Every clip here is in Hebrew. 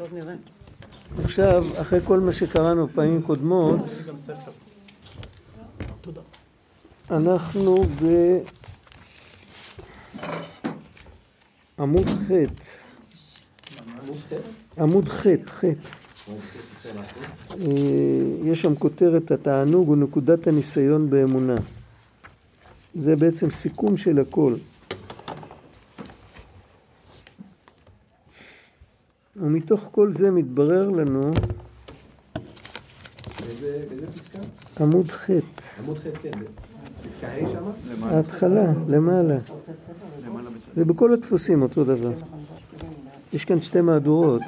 טוב נראה. עכשיו, אחרי כל מה שקראנו פעמים קודמות, אנחנו בעמוד ח'. עמוד ח'. יש שם כותרת התענוג ונקודת הניסיון באמונה. זה בעצם סיכום של הכל. ומתוך כל זה מתברר לנו באיזה פסקה? עמוד ח'. עמוד ח', כן. פסקה ה' שמה? ההתחלה, למעלה. זה בכל הדפוסים אותו דבר. יש כאן שתי מהדורות.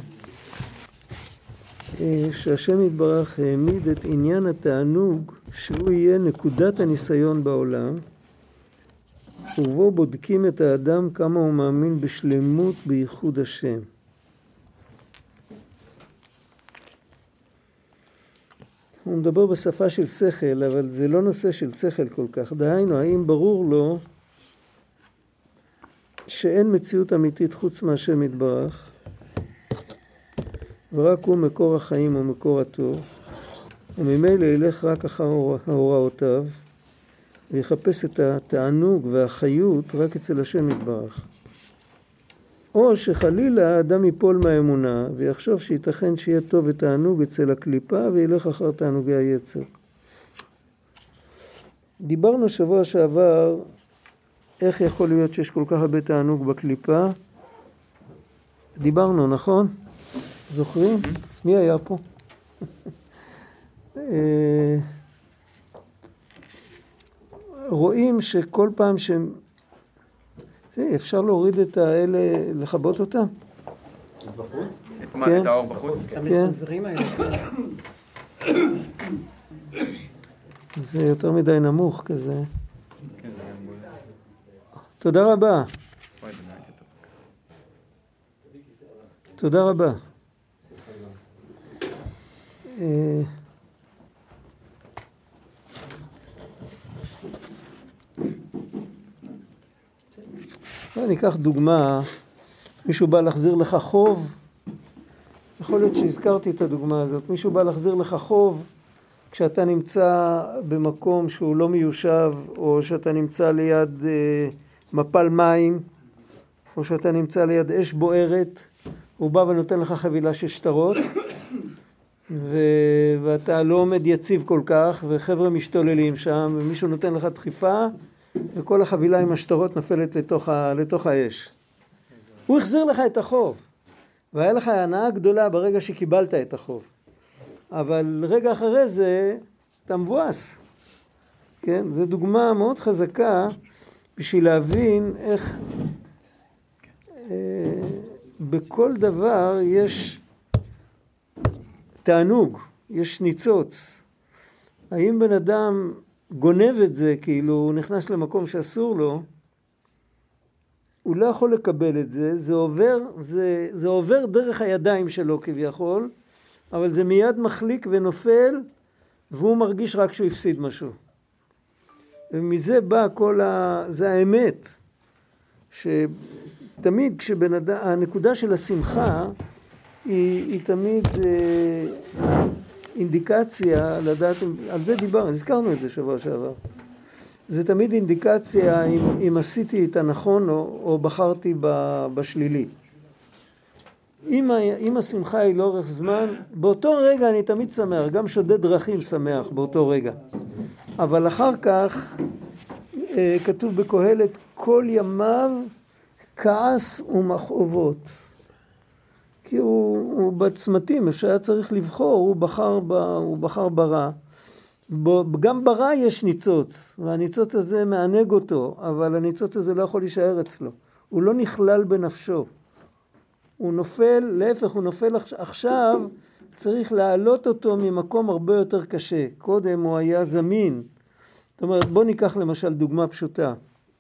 שהשם יתברך העמיד את עניין התענוג שהוא יהיה נקודת הניסיון בעולם, ובו בודקים את האדם כמה הוא מאמין בשלמות בייחוד השם. הוא מדבר בשפה של שכל, אבל זה לא נושא של שכל כל כך. דהיינו, האם ברור לו שאין מציאות אמיתית חוץ מהשם יתברך, ורק הוא מקור החיים ומקור הטוב, וממילא ילך רק אחר הוראותיו, ויחפש את התענוג והחיות רק אצל השם יתברך. או שחלילה האדם ייפול מהאמונה, ויחשוב שייתכן שיהיה טוב ותענוג אצל הקליפה, וילך אחר תענוגי היצר. דיברנו שבוע שעבר, איך יכול להיות שיש כל כך הרבה תענוג בקליפה. דיברנו, נכון? זוכרים? מי היה פה? רואים שכל פעם אפשר להוריד את האלה, לכבות אותם? בחוץ? את מה? את האור בחוץ? המסנוורים האלה. זה יותר מדי נמוך כזה. תודה רבה. תודה רבה. אני אקח דוגמה, מישהו בא להחזיר לך חוב, יכול להיות שהזכרתי את הדוגמה הזאת, מישהו בא להחזיר לך חוב כשאתה נמצא במקום שהוא לא מיושב, או שאתה נמצא ליד מפל מים, או שאתה נמצא ליד אש בוערת, הוא בא ונותן לך חבילה של שטרות, ואתה לא עומד יציב כל כך, וחבר'ה משתוללים שם, ומישהו נותן לך דחיפה, וכל החבילה עם השטרות נפלת לתוך האש. הוא החזיר לך את החוב, והיה לך הנאה גדולה ברגע שקיבלת את החוב. אבל רגע אחרי זה, אתה מבואס. כן? זו דוגמה מאוד חזקה, בשביל להבין איך בכל דבר יש תענוג, יש ניצוץ. האם בן אדם גונב את זה, כאילו הוא נכנס למקום שאסור לו, הוא לא יכול לקבל את זה, זה עובר דרך הידיים שלו כביכול, אבל זה מיד מחליק ונופל, והוא מרגיש רק שהוא הפסיד משהו. ומזה בא זה האמת, שתמיד כשבן אדם, הנקודה של השמחה, היא תמיד אינדיקציה לדעת, על זה דיברנו, הזכרנו את זה שבוע שעבר. זה תמיד אינדיקציה אם עשיתי את הנכון או בחרתי בשלילי. אם השמחה היא לאורך זמן, באותו רגע אני תמיד שמח, גם שודד דרכים שמח באותו רגע. אבל אחר כך כתוב בקהלת, כל ימיו כעס ומכאובות. כי הוא בצמתים, אפשר היה צריך לבחור, הוא בחר ברע. גם ברע יש ניצוץ, והניצוץ הזה מענג אותו, אבל הניצוץ הזה לא יכול להישאר אצלו. הוא לא נכלל בנפשו. הוא נופל, להפך, הוא נופל עכשיו, צריך להעלות אותו ממקום הרבה יותר קשה. קודם הוא היה זמין. זאת אומרת, בוא ניקח למשל דוגמה פשוטה.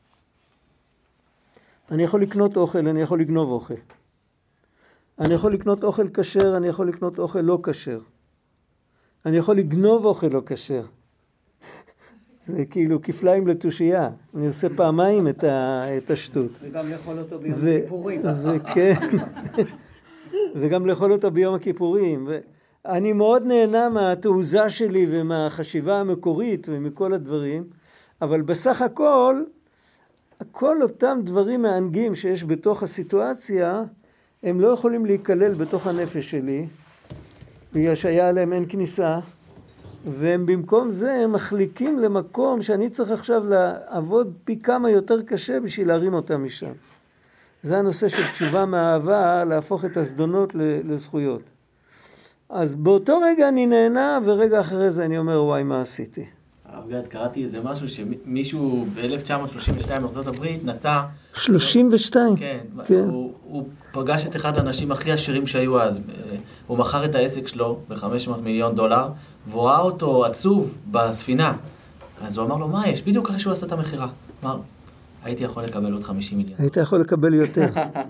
אני יכול לקנות אוכל, אני יכול לגנוב אוכל. אני יכול לקנות אוכל כשר, אני יכול לקנות אוכל לא כשר. אני יכול לגנוב אוכל לא כשר. זה כאילו כפליים לתושייה. אני עושה פעמיים את השטות. וגם יכול אותו ביום סיפורים. כן. וגם לאכול אותה ביום הכיפורים. אני מאוד נהנה מהתעוזה שלי ומהחשיבה המקורית ומכל הדברים, אבל בסך הכל, כל אותם דברים מענגים שיש בתוך הסיטואציה, הם לא יכולים להיכלל בתוך הנפש שלי, בגלל שהיה עליהם אין כניסה, והם במקום זה הם מחליקים למקום שאני צריך עכשיו לעבוד פי כמה יותר קשה בשביל להרים אותם משם. זה הנושא של תשובה מהאהבה, להפוך את הזדונות לזכויות. אז באותו רגע אני נהנה, ורגע אחרי זה אני אומר, וואי, מה עשיתי? הרב גד, קראתי איזה משהו שמישהו ב-1932 בארצות הברית נסע... 32? כן. כן. הוא פגש את אחד האנשים הכי עשירים שהיו אז. הוא מכר את העסק שלו ב$500 מיליון, והוא ראה אותו עצוב בספינה. אז הוא אמר לו, מה יש? בדיוק אחרי שהוא עשה את המחירה. אמר, הייתי יכול לקבל עוד 50 מיליון. היית יכול לקבל יותר.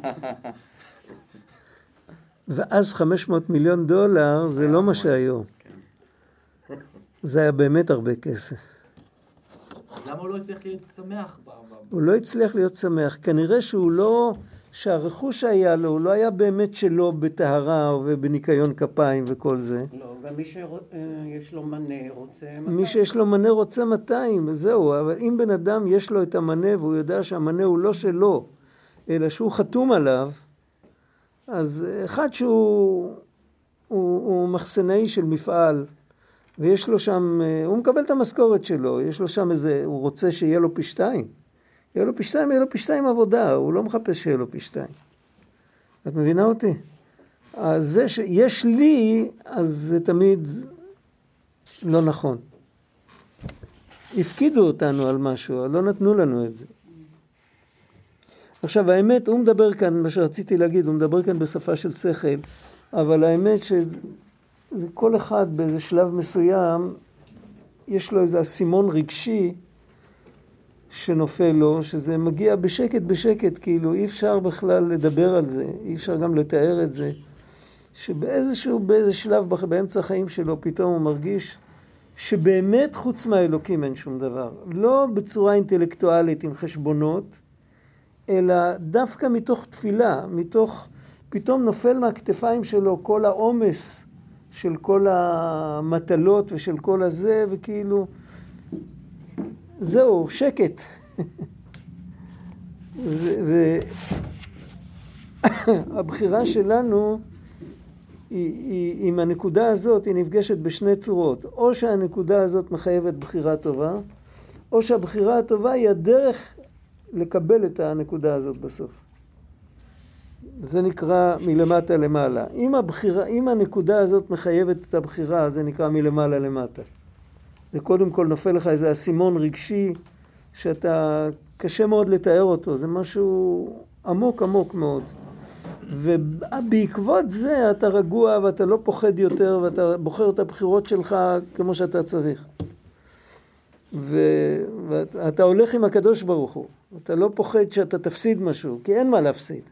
ואז $500 מיליון זה לא מה שהיום. זה היה באמת הרבה כסף. למה הוא לא הצליח להיות שמח? הוא לא הצליח להיות שמח. כנראה שהוא לא, שהרכוש היה לו, הוא לא היה באמת שלו בטהרה ובניקיון כפיים וכל זה. לא, ומי שיש לו מנה רוצה 200. מי שיש לו מנה רוצה 200, זהו. אבל אם בן אדם יש לו את המנה והוא יודע שהמנה הוא לא שלו, אלא שהוא חתום עליו, אז אחד הוא מחסנאי של מפעל, ויש לו שם, הוא מקבל את המשכורת שלו, יש לו שם איזה, הוא רוצה שיהיה לו פי 2. יהיה לו פי 2 עבודה, הוא לא מחפש שיהיה לו פי 2. את מבינה אותי? אז זה שיש לי, אז זה תמיד לא נכון. הפקידו אותנו על משהו, לא נתנו לנו את זה. עכשיו האמת, הוא מדבר כאן, מה שרציתי להגיד, הוא מדבר כאן בשפה של שכל, אבל האמת שזה כל אחד באיזה שלב מסוים, יש לו איזה אסימון רגשי שנופל לו, שזה מגיע בשקט, כאילו אי אפשר בכלל לדבר על זה, אי אפשר גם לתאר את זה, באיזה שלב באמצע החיים שלו פתאום הוא מרגיש שבאמת חוץ מהאלוקים אין שום דבר. לא בצורה אינטלקטואלית עם חשבונות, אלא דווקא מתוך תפילה, פתאום נופל מהכתפיים שלו כל העומס של כל המטלות ושל כל הזה, וכאילו, זהו, שקט. והבחירה שלנו, עם הנקודה הזאת, היא נפגשת בשני צורות. או שהנקודה הזאת מחייבת בחירה טובה, או שהבחירה הטובה היא הדרך לקבל את הנקודה הזאת בסוף. זה נקרא מלמטה למעלה. אם הנקודה הזאת מחייבת את הבחירה, זה נקרא מלמעלה למטה. זה קודם כל נופל לך איזה אסימון רגשי, שאתה קשה מאוד לתאר אותו. זה משהו עמוק מאוד. ובעקבות זה אתה רגוע ואתה לא פוחד יותר, ואתה בוחר את הבחירות שלך כמו שאתה צריך. ואתה הולך עם הקדוש ברוך הוא. אתה לא פוחד שאתה תפסיד משהו, כי אין מה להפסיד.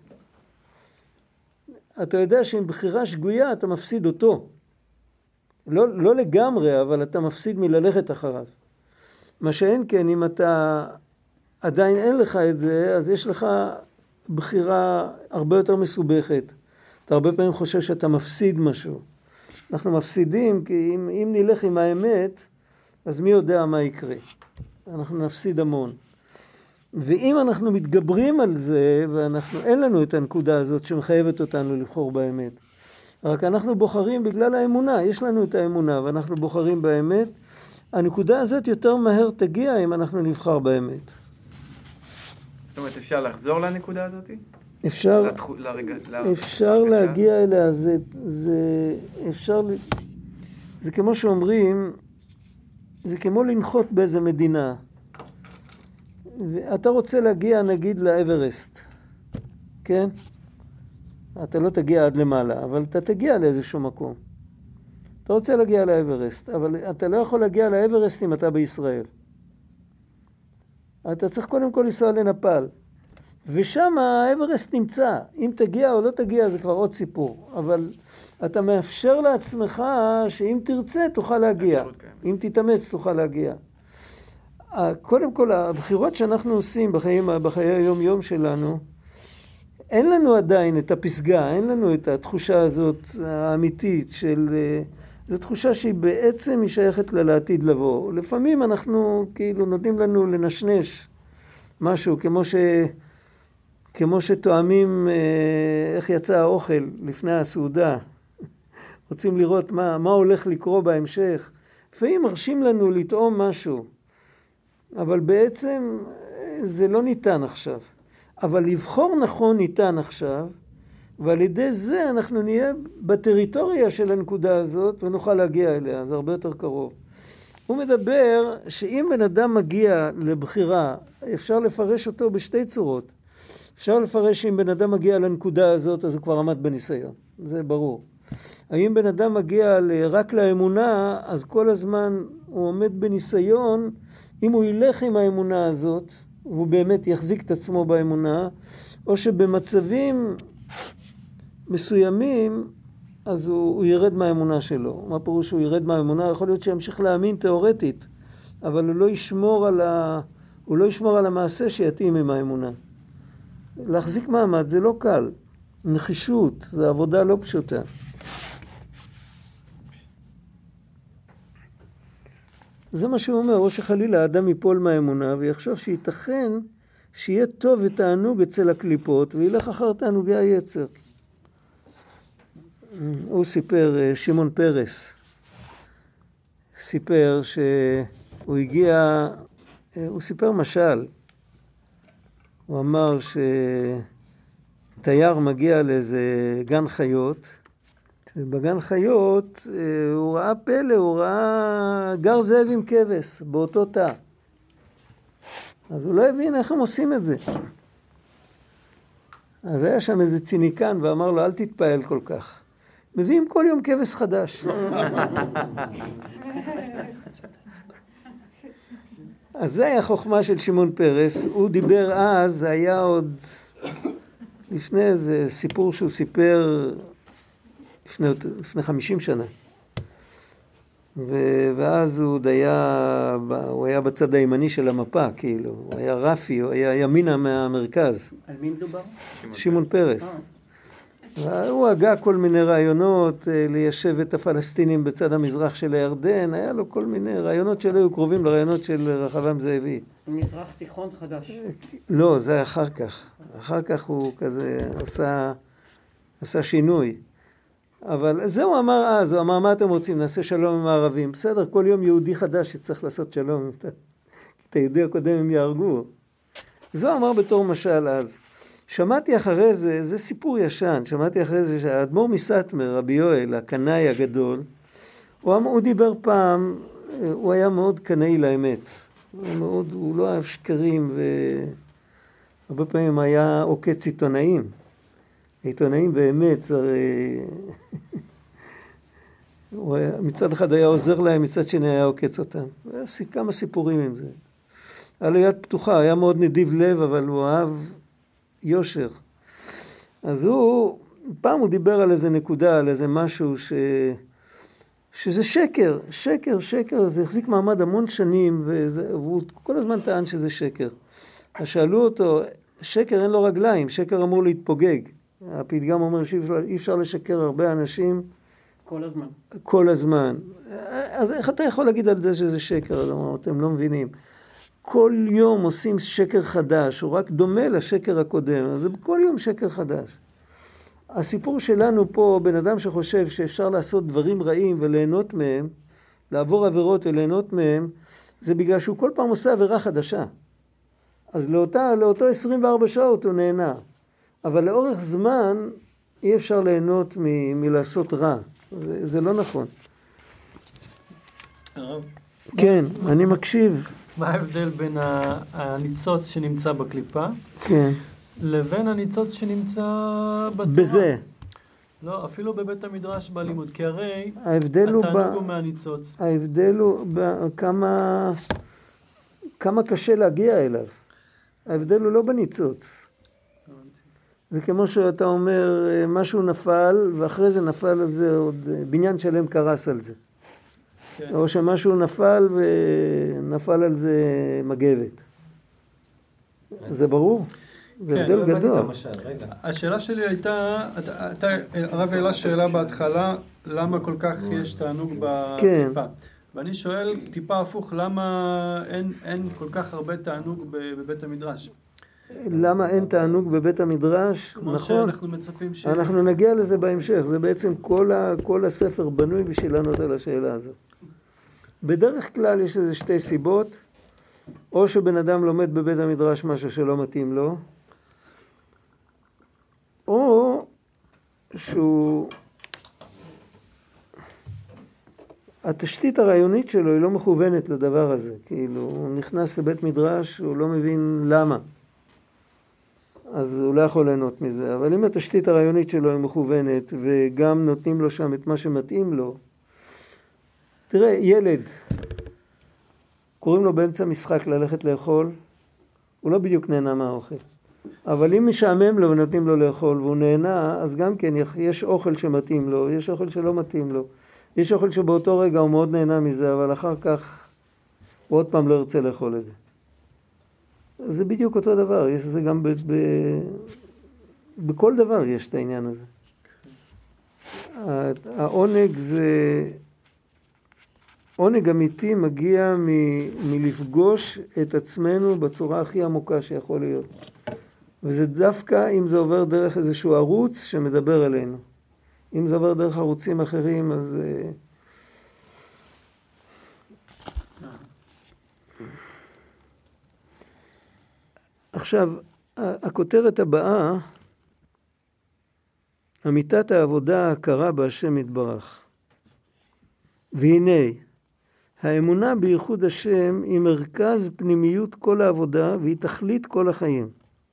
אתה יודע שעם בחירה שגויה אתה מפסיד אותו. לא לגמרי, אבל אתה מפסיד מללכת אחריו. מה שאין כן, אם אתה עדיין אין לך את זה, אז יש לך בחירה הרבה יותר מסובכת. אתה הרבה פעמים חושב שאתה מפסיד משהו. אנחנו מפסידים, כי אם נלך עם האמת, אז מי יודע מה יקרה. אנחנו נפסיד המון. ואם אנחנו מתגברים על זה, אין לנו את הנקודה הזאת שמחייבת אותנו לבחור באמת. רק אנחנו בוחרים בגלל האמונה, יש לנו את האמונה ואנחנו בוחרים באמת. הנקודה הזאת יותר מהר תגיע אם אנחנו נבחר באמת. זאת אומרת, אפשר לחזור לנקודה הזאת? אפשר להגיע אליה, זה כמו שאומרים, זה כמו לנחות באיזה מדינה. אתה רוצה להגיע נגיד לאברסט, כן? אתה לא תגיע עד למעלה, אבל אתה תגיע לאיזשהו מקום. אתה רוצה להגיע לאברסט, אבל אתה לא יכול להגיע לאברסט אם אתה בישראל. אתה צריך קודם כל לנסוע לנפאל. ושם האברסט נמצא. אם תגיע או לא תגיע זה כבר עוד סיפור. אבל אתה מאפשר לעצמך שאם תרצה תוכל להגיע. אם תתאמץ תוכל להגיע. קודם כל הבחירות שאנחנו עושים בחיי היום-יום שלנו, אין לנו עדיין את הפסגה, אין לנו את התחושה הזאת האמיתית של... זו תחושה שהיא בעצם היא שייכת לה לעתיד לבוא. לפעמים אנחנו כאילו נותנים לנו לנשנש משהו, כמו שתואמים איך יצא האוכל לפני הסעודה. רוצים לראות מה הולך לקרות בהמשך. לפעמים מרשים לנו לטעום משהו, אבל בעצם זה לא ניתן עכשיו. אבל לבחור נכון ניתן עכשיו, ועל ידי זה אנחנו נהיה בטריטוריה של הנקודה הזאת ונוכל להגיע אליה, זה הרבה יותר קרוב. הוא מדבר שאם בן אדם מגיע לבחירה, אפשר לפרש אותו בשתי צורות. אפשר לפרש שאם בן אדם מגיע לנקודה הזאת, אז הוא כבר עמד בניסיון, זה ברור. האם בן אדם מגיע רק לאמונה, אז כל הזמן הוא עומד בניסיון, אם הוא ילך עם האמונה הזאת, והוא באמת יחזיק את עצמו באמונה, או שבמצבים מסוימים, אז הוא ירד מהאמונה שלו. מה פירוש שהוא ירד מהאמונה? יכול להיות שימשיך להאמין תיאורטית, אבל הוא לא ישמור על המעשה שיתאים עם האמונה. להחזיק מעמד זה לא קל. נחישות, זה עבודה לא פשוטה. זה מה שהוא אומר, או שחלילה האדם ייפול מהאמונה ויחשוב שייתכן שיהיה טוב ותענוג אצל הקליפות וילך אחר תענוגי היצר. הוא סיפר, שמעון פרס, סיפר שהוא הגיע, הוא סיפר משל, הוא אמר שתייר מגיע לאיזה גן חיות, ובגן חיות הוא ראה פלא, הוא ראה גר זאב עם כבש באותו תא. אז הוא לא הבין איך הם עושים את זה. אז היה שם איזה ציניקן ואמר לו, אל תתפעל כל כך. מביאים כל יום כבש חדש. אז זה היה חוכמה של שמעון פרס. הוא דיבר אז, זה היה עוד לפני איזה סיפור שהוא סיפר לפני 50 שנה. ואז הוא היה בצד הימני של המפה, כאילו. הוא היה רפי, הוא היה ימינה מהמרכז. על מי מדובר? שמעון פרס. הוא הגה כל מיני רעיונות ליישב את הפלסטינים בצד המזרח של הירדן. היה לו כל מיני רעיונות שלו היו קרובים לרעיונות של רחבעם זאבי. מזרח תיכון חדש. לא, זה אחר כך. אחר כך הוא כזה עשה שינוי. אבל זה הוא אמר אז, הוא אמר, מה אתם רוצים? נעשה שלום עם הערבים. בסדר, כל יום יהודי חדש שצריך לעשות שלום. כי את היהודי הקודם הם יהרגו. זה הוא אמר בתור משל אז. שמעתי אחרי זה, זה סיפור ישן, שמעתי אחרי זה שהאדמו"ר מסאטמר, רבי יואל, הקנאי הגדול, הוא דיבר פעם, הוא היה מאוד קנאי לאמת. הוא לא אהב שקרים, והרבה פעמים היה עוקץ עיתונאים. עיתונאים באמת, מצד אחד היה עוזר להם, מצד שני היה עוקץ אותם. היה כמה סיפורים עם זה. היה לו יד פתוחה, היה מאוד נדיב לב, אבל הוא אהב יושר. אז פעם הוא דיבר על איזה נקודה, על איזה משהו שזה שקר, זה החזיק מעמד המון שנים, והוא כל הזמן טען שזה שקר. אז שאלו אותו, שקר אין לו רגליים, שקר אמור להתפוגג. הפתגם אומר שאי אפשר לשקר הרבה אנשים. כל הזמן. אז איך אתה יכול להגיד על זה שזה שקר? אתם לא מבינים. כל יום עושים שקר חדש, הוא רק דומה לשקר הקודם, אז זה כל יום שקר חדש. הסיפור שלנו פה, בן אדם שחושב שאפשר לעשות דברים רעים וליהנות מהם, לעבור עבירות וליהנות מהם, זה בגלל שהוא כל פעם עושה עבירה חדשה. אז לאותו 24 שעות הוא נהנה. אבל לאורך זמן אי אפשר ליהנות מלעשות רע. זה לא נכון. הרב? כן, אני מקשיב. מה ההבדל בין הניצוץ שנמצא בקליפה, כן, לבין הניצוץ שנמצא בתורה? בזה. לא, אפילו בבית המדרש בלימוד, כי הרי ההבדל הוא התענוג הוא מהניצוץ. ההבדל הוא כמה קשה להגיע אליו. ההבדל הוא לא בניצוץ. זה כמו שאתה אומר, משהו נפל, ואחרי זה נפל על זה עוד בניין שלם קרס על זה. כן. או שמשהו נפל ונפל על זה מגבת. זה ברור? זה כן, הבדל לא הבנתי גדול. את המשל, רגע. השאלה שלי הייתה, הרב העלה שאלה בהתחלה, למה כל כך יש תענוג כן. בקליפה? ואני שואל טיפה הפוך, למה אין כל כך הרבה תענוג בבית המדרש? למה אין תענוג בבית המדרש? כמו נכון. שאנחנו מצפים ש... אנחנו נגיע לזה בהמשך, זה בעצם כל הספר בנוי בשביל לענות על השאלה הזאת. בדרך כלל יש איזה שתי סיבות, או שבן אדם לומד בבית המדרש משהו שלא מתאים לו, או שהוא... התשתית הרעיונית שלו היא לא מכוונת לדבר הזה, כאילו הוא נכנס לבית מדרש, הוא לא מבין למה. אז הוא לא יכול ליהנות מזה, אבל אם התשתית הרעיונית שלו היא מכוונת וגם נותנים לו שם את מה שמתאים לו, תראה, ילד, קוראים לו באמצע משחק ללכת לאכול, הוא לא בדיוק נהנה מהאוכל. אבל אם משעמם לו ונותנים לו לאכול והוא נהנה, אז גם כן יש אוכל שמתאים לו, יש אוכל שלא מתאים לו. יש אוכל שבאותו רגע הוא מאוד נהנה מזה, אבל אחר כך הוא עוד פעם לא ירצה לאכול את זה. זה בדיוק אותו דבר, יש זה גם בכל דבר יש את העניין הזה. העונג זה, עונג אמיתי מגיע מלפגוש את עצמנו בצורה הכי עמוקה שיכול להיות. וזה דווקא אם זה עובר דרך איזשהו ערוץ שמדבר עלינו. אם זה עובר דרך ערוצים אחרים, אז... עכשיו, הכותרת הבאה, אמיתת העבודה ההכרה בהשם יתברך. והנה, האמונה בייחוד השם היא מרכז פנימיות כל העבודה והיא תכלית כל החיים.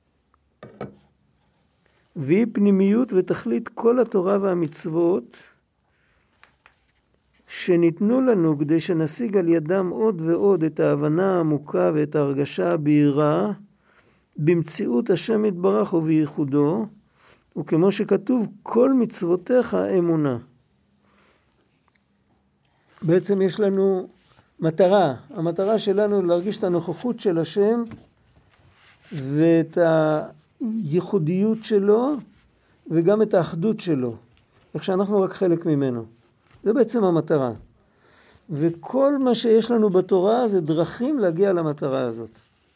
והיא פנימיות ותכלית כל התורה והמצוות שניתנו לנו כדי שנשיג על ידם עוד ועוד את ההבנה העמוקה ואת ההרגשה הבהירה במציאות השם יתברך ובייחודו, וכמו שכתוב, כל מצוותיך אמונה. בעצם יש לנו מטרה. המטרה שלנו היא להרגיש את הנוכחות של השם ואת הייחודיות שלו וגם את האחדות שלו. איך שאנחנו רק חלק ממנו. זה בעצם המטרה. וכל מה שיש לנו בתורה זה דרכים להגיע למטרה הזאת.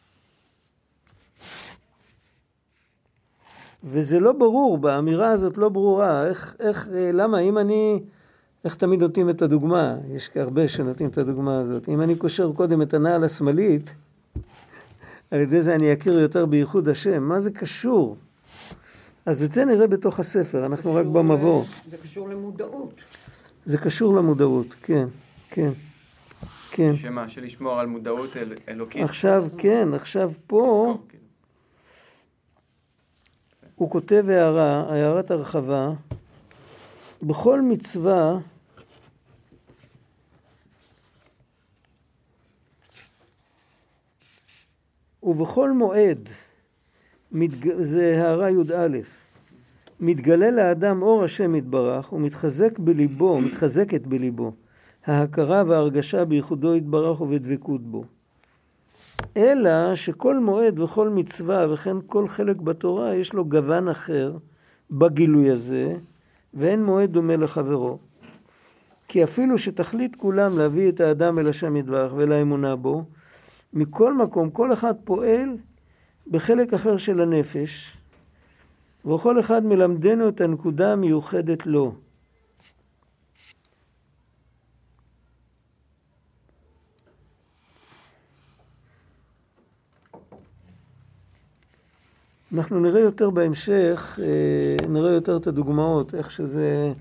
וזה לא ברור, באמירה הזאת לא ברורה, למה אם אני, איך תמיד נותנים את הדוגמה, יש הרבה שנותנים את הדוגמה הזאת, אם אני קושר קודם את הנעל השמאלית, על ידי זה אני אכיר יותר בייחוד השם, מה זה קשור? אז את זה נראה בתוך הספר, אנחנו רק במבוא. זה קשור למודעות. זה קשור למודעות, כן, כן, כן. שמה? שלשמור על מודעות אלוקית? עכשיו, כן, עכשיו פה... הוא כותב הערת הרחבה, בכל מצווה ובכל מועד, זה הערה י"א, מתגלה לאדם אור השם יתברך ומתחזקת בליבו, ההכרה וההרגשה בייחודו יתברך ובדבקות בו. אלא שכל מועד וכל מצווה וכן כל חלק בתורה יש לו גוון אחר בגילוי הזה, ואין מועד דומה לחברו. כי אפילו שתכלית כולם להביא את האדם אל השם יתברך ולאמונה בו, מכל מקום כל אחד פועל בחלק אחר של הנפש, וכל אחד מלמדנו את הנקודה המיוחדת לו. אנחנו נראה יותר בהמשך, נראה יותר את הדוגמאות, איך שזה...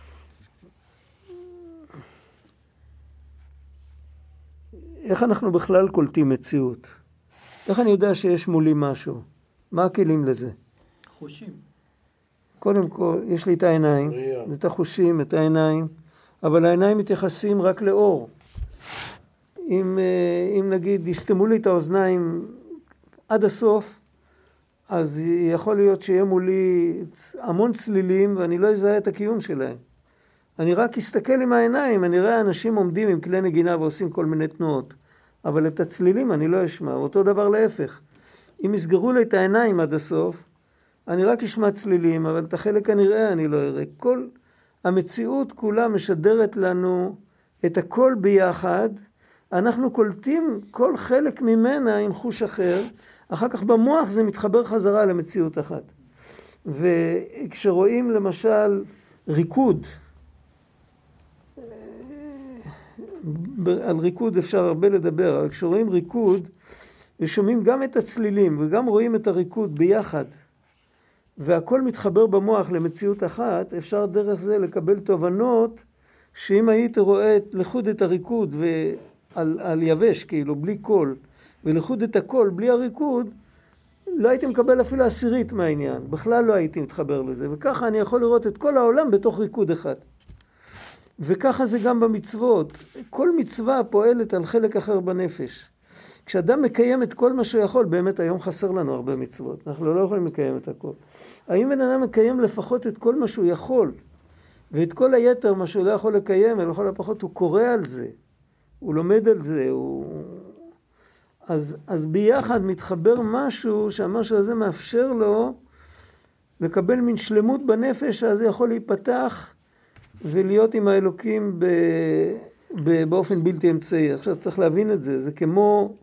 איך אנחנו בכלל קולטים מציאות? איך אני יודע שיש מולי משהו? מה הכלים לזה? חושים. קודם כל, יש לי את העיניים, את החושים, את העיניים, אבל העיניים מתייחסים רק לאור. אם נגיד, יסתמו לי את האוזניים עד הסוף, אז יכול להיות שיהיה מולי המון צלילים ואני לא אזהה את הקיום שלהם. אני רק אסתכל עם העיניים, אני רואה אנשים עומדים עם כלי נגינה ועושים כל מיני תנועות, אבל את הצלילים אני לא אשמע. אותו דבר להפך. אם יסגרו לי את העיניים עד הסוף, אני רק אשמע צלילים, אבל את החלק הנראה אני לא אראה. כל המציאות כולה משדרת לנו את הכל ביחד, אנחנו קולטים כל חלק ממנה עם חוש אחר, אחר כך במוח זה מתחבר חזרה למציאות אחת. וכשרואים למשל ריקוד, על ריקוד אפשר הרבה לדבר, אבל כשרואים ריקוד ושומעים גם את הצלילים וגם רואים את הריקוד ביחד, והכל מתחבר במוח למציאות אחת, אפשר דרך זה לקבל תובנות שאם היית רואה לחוד את הריקוד על יבש, כאילו בלי קול, ולחוד את הקול בלי הריקוד, לא הייתי מקבל אפילו עשירית מהעניין, בכלל לא הייתי מתחבר לזה, וככה אני יכול לראות את כל העולם בתוך ריקוד אחד. וככה זה גם במצוות, כל מצווה פועלת על חלק אחר בנפש. כשאדם מקיים את כל מה שהוא יכול, באמת היום חסר לנו הרבה מצוות, אנחנו לא יכולים לקיים את הכל. האם בן אדם מקיים לפחות את כל מה שהוא יכול, ואת כל היתר מה שהוא לא יכול לקיים, ולכל הפחות הוא קורא על זה, הוא לומד על זה, אז ביחד מתחבר משהו, שהמשהו הזה מאפשר לו לקבל מין שלמות בנפש, אז הוא יכול להיפתח ולהיות עם האלוקים באופן בלתי אמצעי. עכשיו צריך להבין את זה, זה כמו,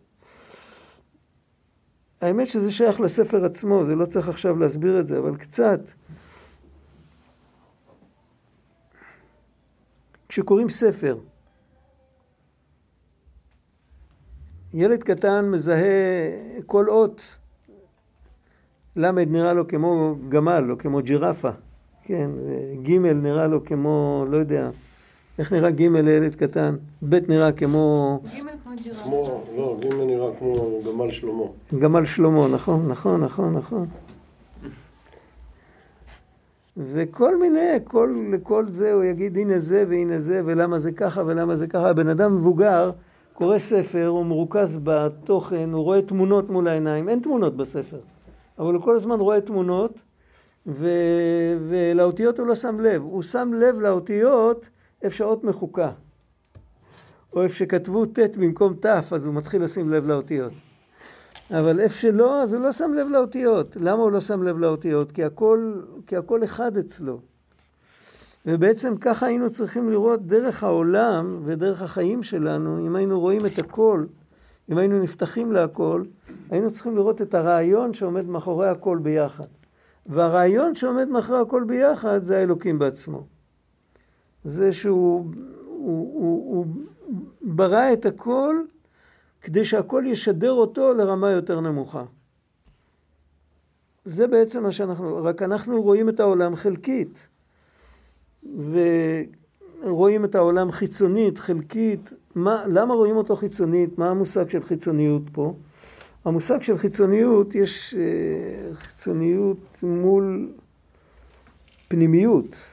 האמת שזה שייך לספר עצמו, זה לא צריך עכשיו להסביר את זה, אבל קצת. כשקוראים ספר, ילד קטן מזהה כל אות, למד נראה לו כמו גמל או כמו ג'ירפה, כן, ג' נראה לו כמו, לא יודע, איך נראה ג' לילד קטן, ב' נראה כמו... ג' כמו ג'ירפה. לא, ג' נראה כמו גמל שלמה. גמל שלמה, נכון, נכון, נכון, נכון. וכל מיני, לכל זה הוא יגיד הנה זה והנה זה ולמה זה ככה ולמה זה ככה. הבן אדם מבוגר קורא ספר, הוא מרוכז בתוכן, הוא רואה תמונות מול העיניים, אין תמונות בספר, אבל הוא כל הזמן רואה תמונות, ולאותיות הוא לא שם לב, הוא שם לב לאותיות איפה שעות מחוקה, או איפה שכתבו ת' במקום ת', אז הוא מתחיל לשים לב לאותיות. אבל איפה שלא, אז הוא לא שם לב לאותיות. למה הוא לא שם לב לאותיות? כי הכל אחד אצלו. ובעצם ככה היינו צריכים לראות דרך העולם ודרך החיים שלנו, אם היינו רואים את הכל, אם היינו נפתחים להכל, היינו צריכים לראות את הרעיון שעומד מאחורי הכל ביחד. והרעיון שעומד מאחורי הכל ביחד זה האלוקים בעצמו. זה שהוא הוא ברא את הכל כדי שהכל ישדר אותו לרמה יותר נמוכה. זה בעצם מה שאנחנו, רק אנחנו רואים את העולם חלקית. ורואים את העולם חיצונית, חלקית. למה רואים אותו חיצונית? מה המושג של חיצוניות פה? המושג של חיצוניות, יש חיצוניות מול פנימיות.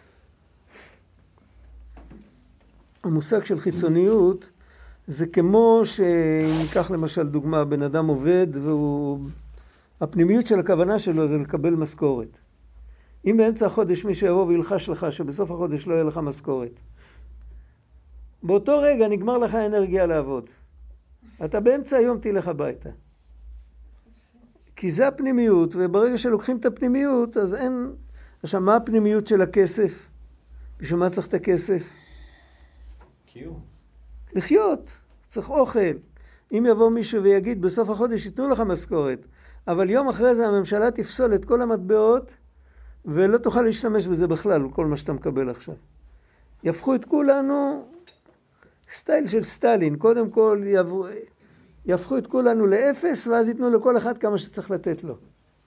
המושג של חיצוניות זה כמו שניקח למשל דוגמה, בן אדם עובד הפנימיות של הכוונה שלו זה לקבל משכורת. אם באמצע החודש מי שיבוא וילחש לך שבסוף החודש לא יהיה לך משכורת, באותו רגע נגמר לך אנרגיה לעבוד. אתה באמצע היום תלך הביתה. כי זה הפנימיות, וברגע שלוקחים את הפנימיות, אז אין... עכשיו, מה הפנימיות של הכסף? בשביל מה צריך את הכסף? קיום. לחיות. צריך אוכל. אם יבוא מישהו ויגיד, בסוף החודש ייתנו לך משכורת, אבל יום אחרי זה הממשלה תפסול את כל המטבעות, ולא תוכל להשתמש בזה בכלל, כל מה שאתה מקבל עכשיו. יפכו את כולנו סטייל של סטלין. קודם כל יפכו את כולנו לאפס, ואז ייתנו לכל אחד כמה שצריך לתת לו.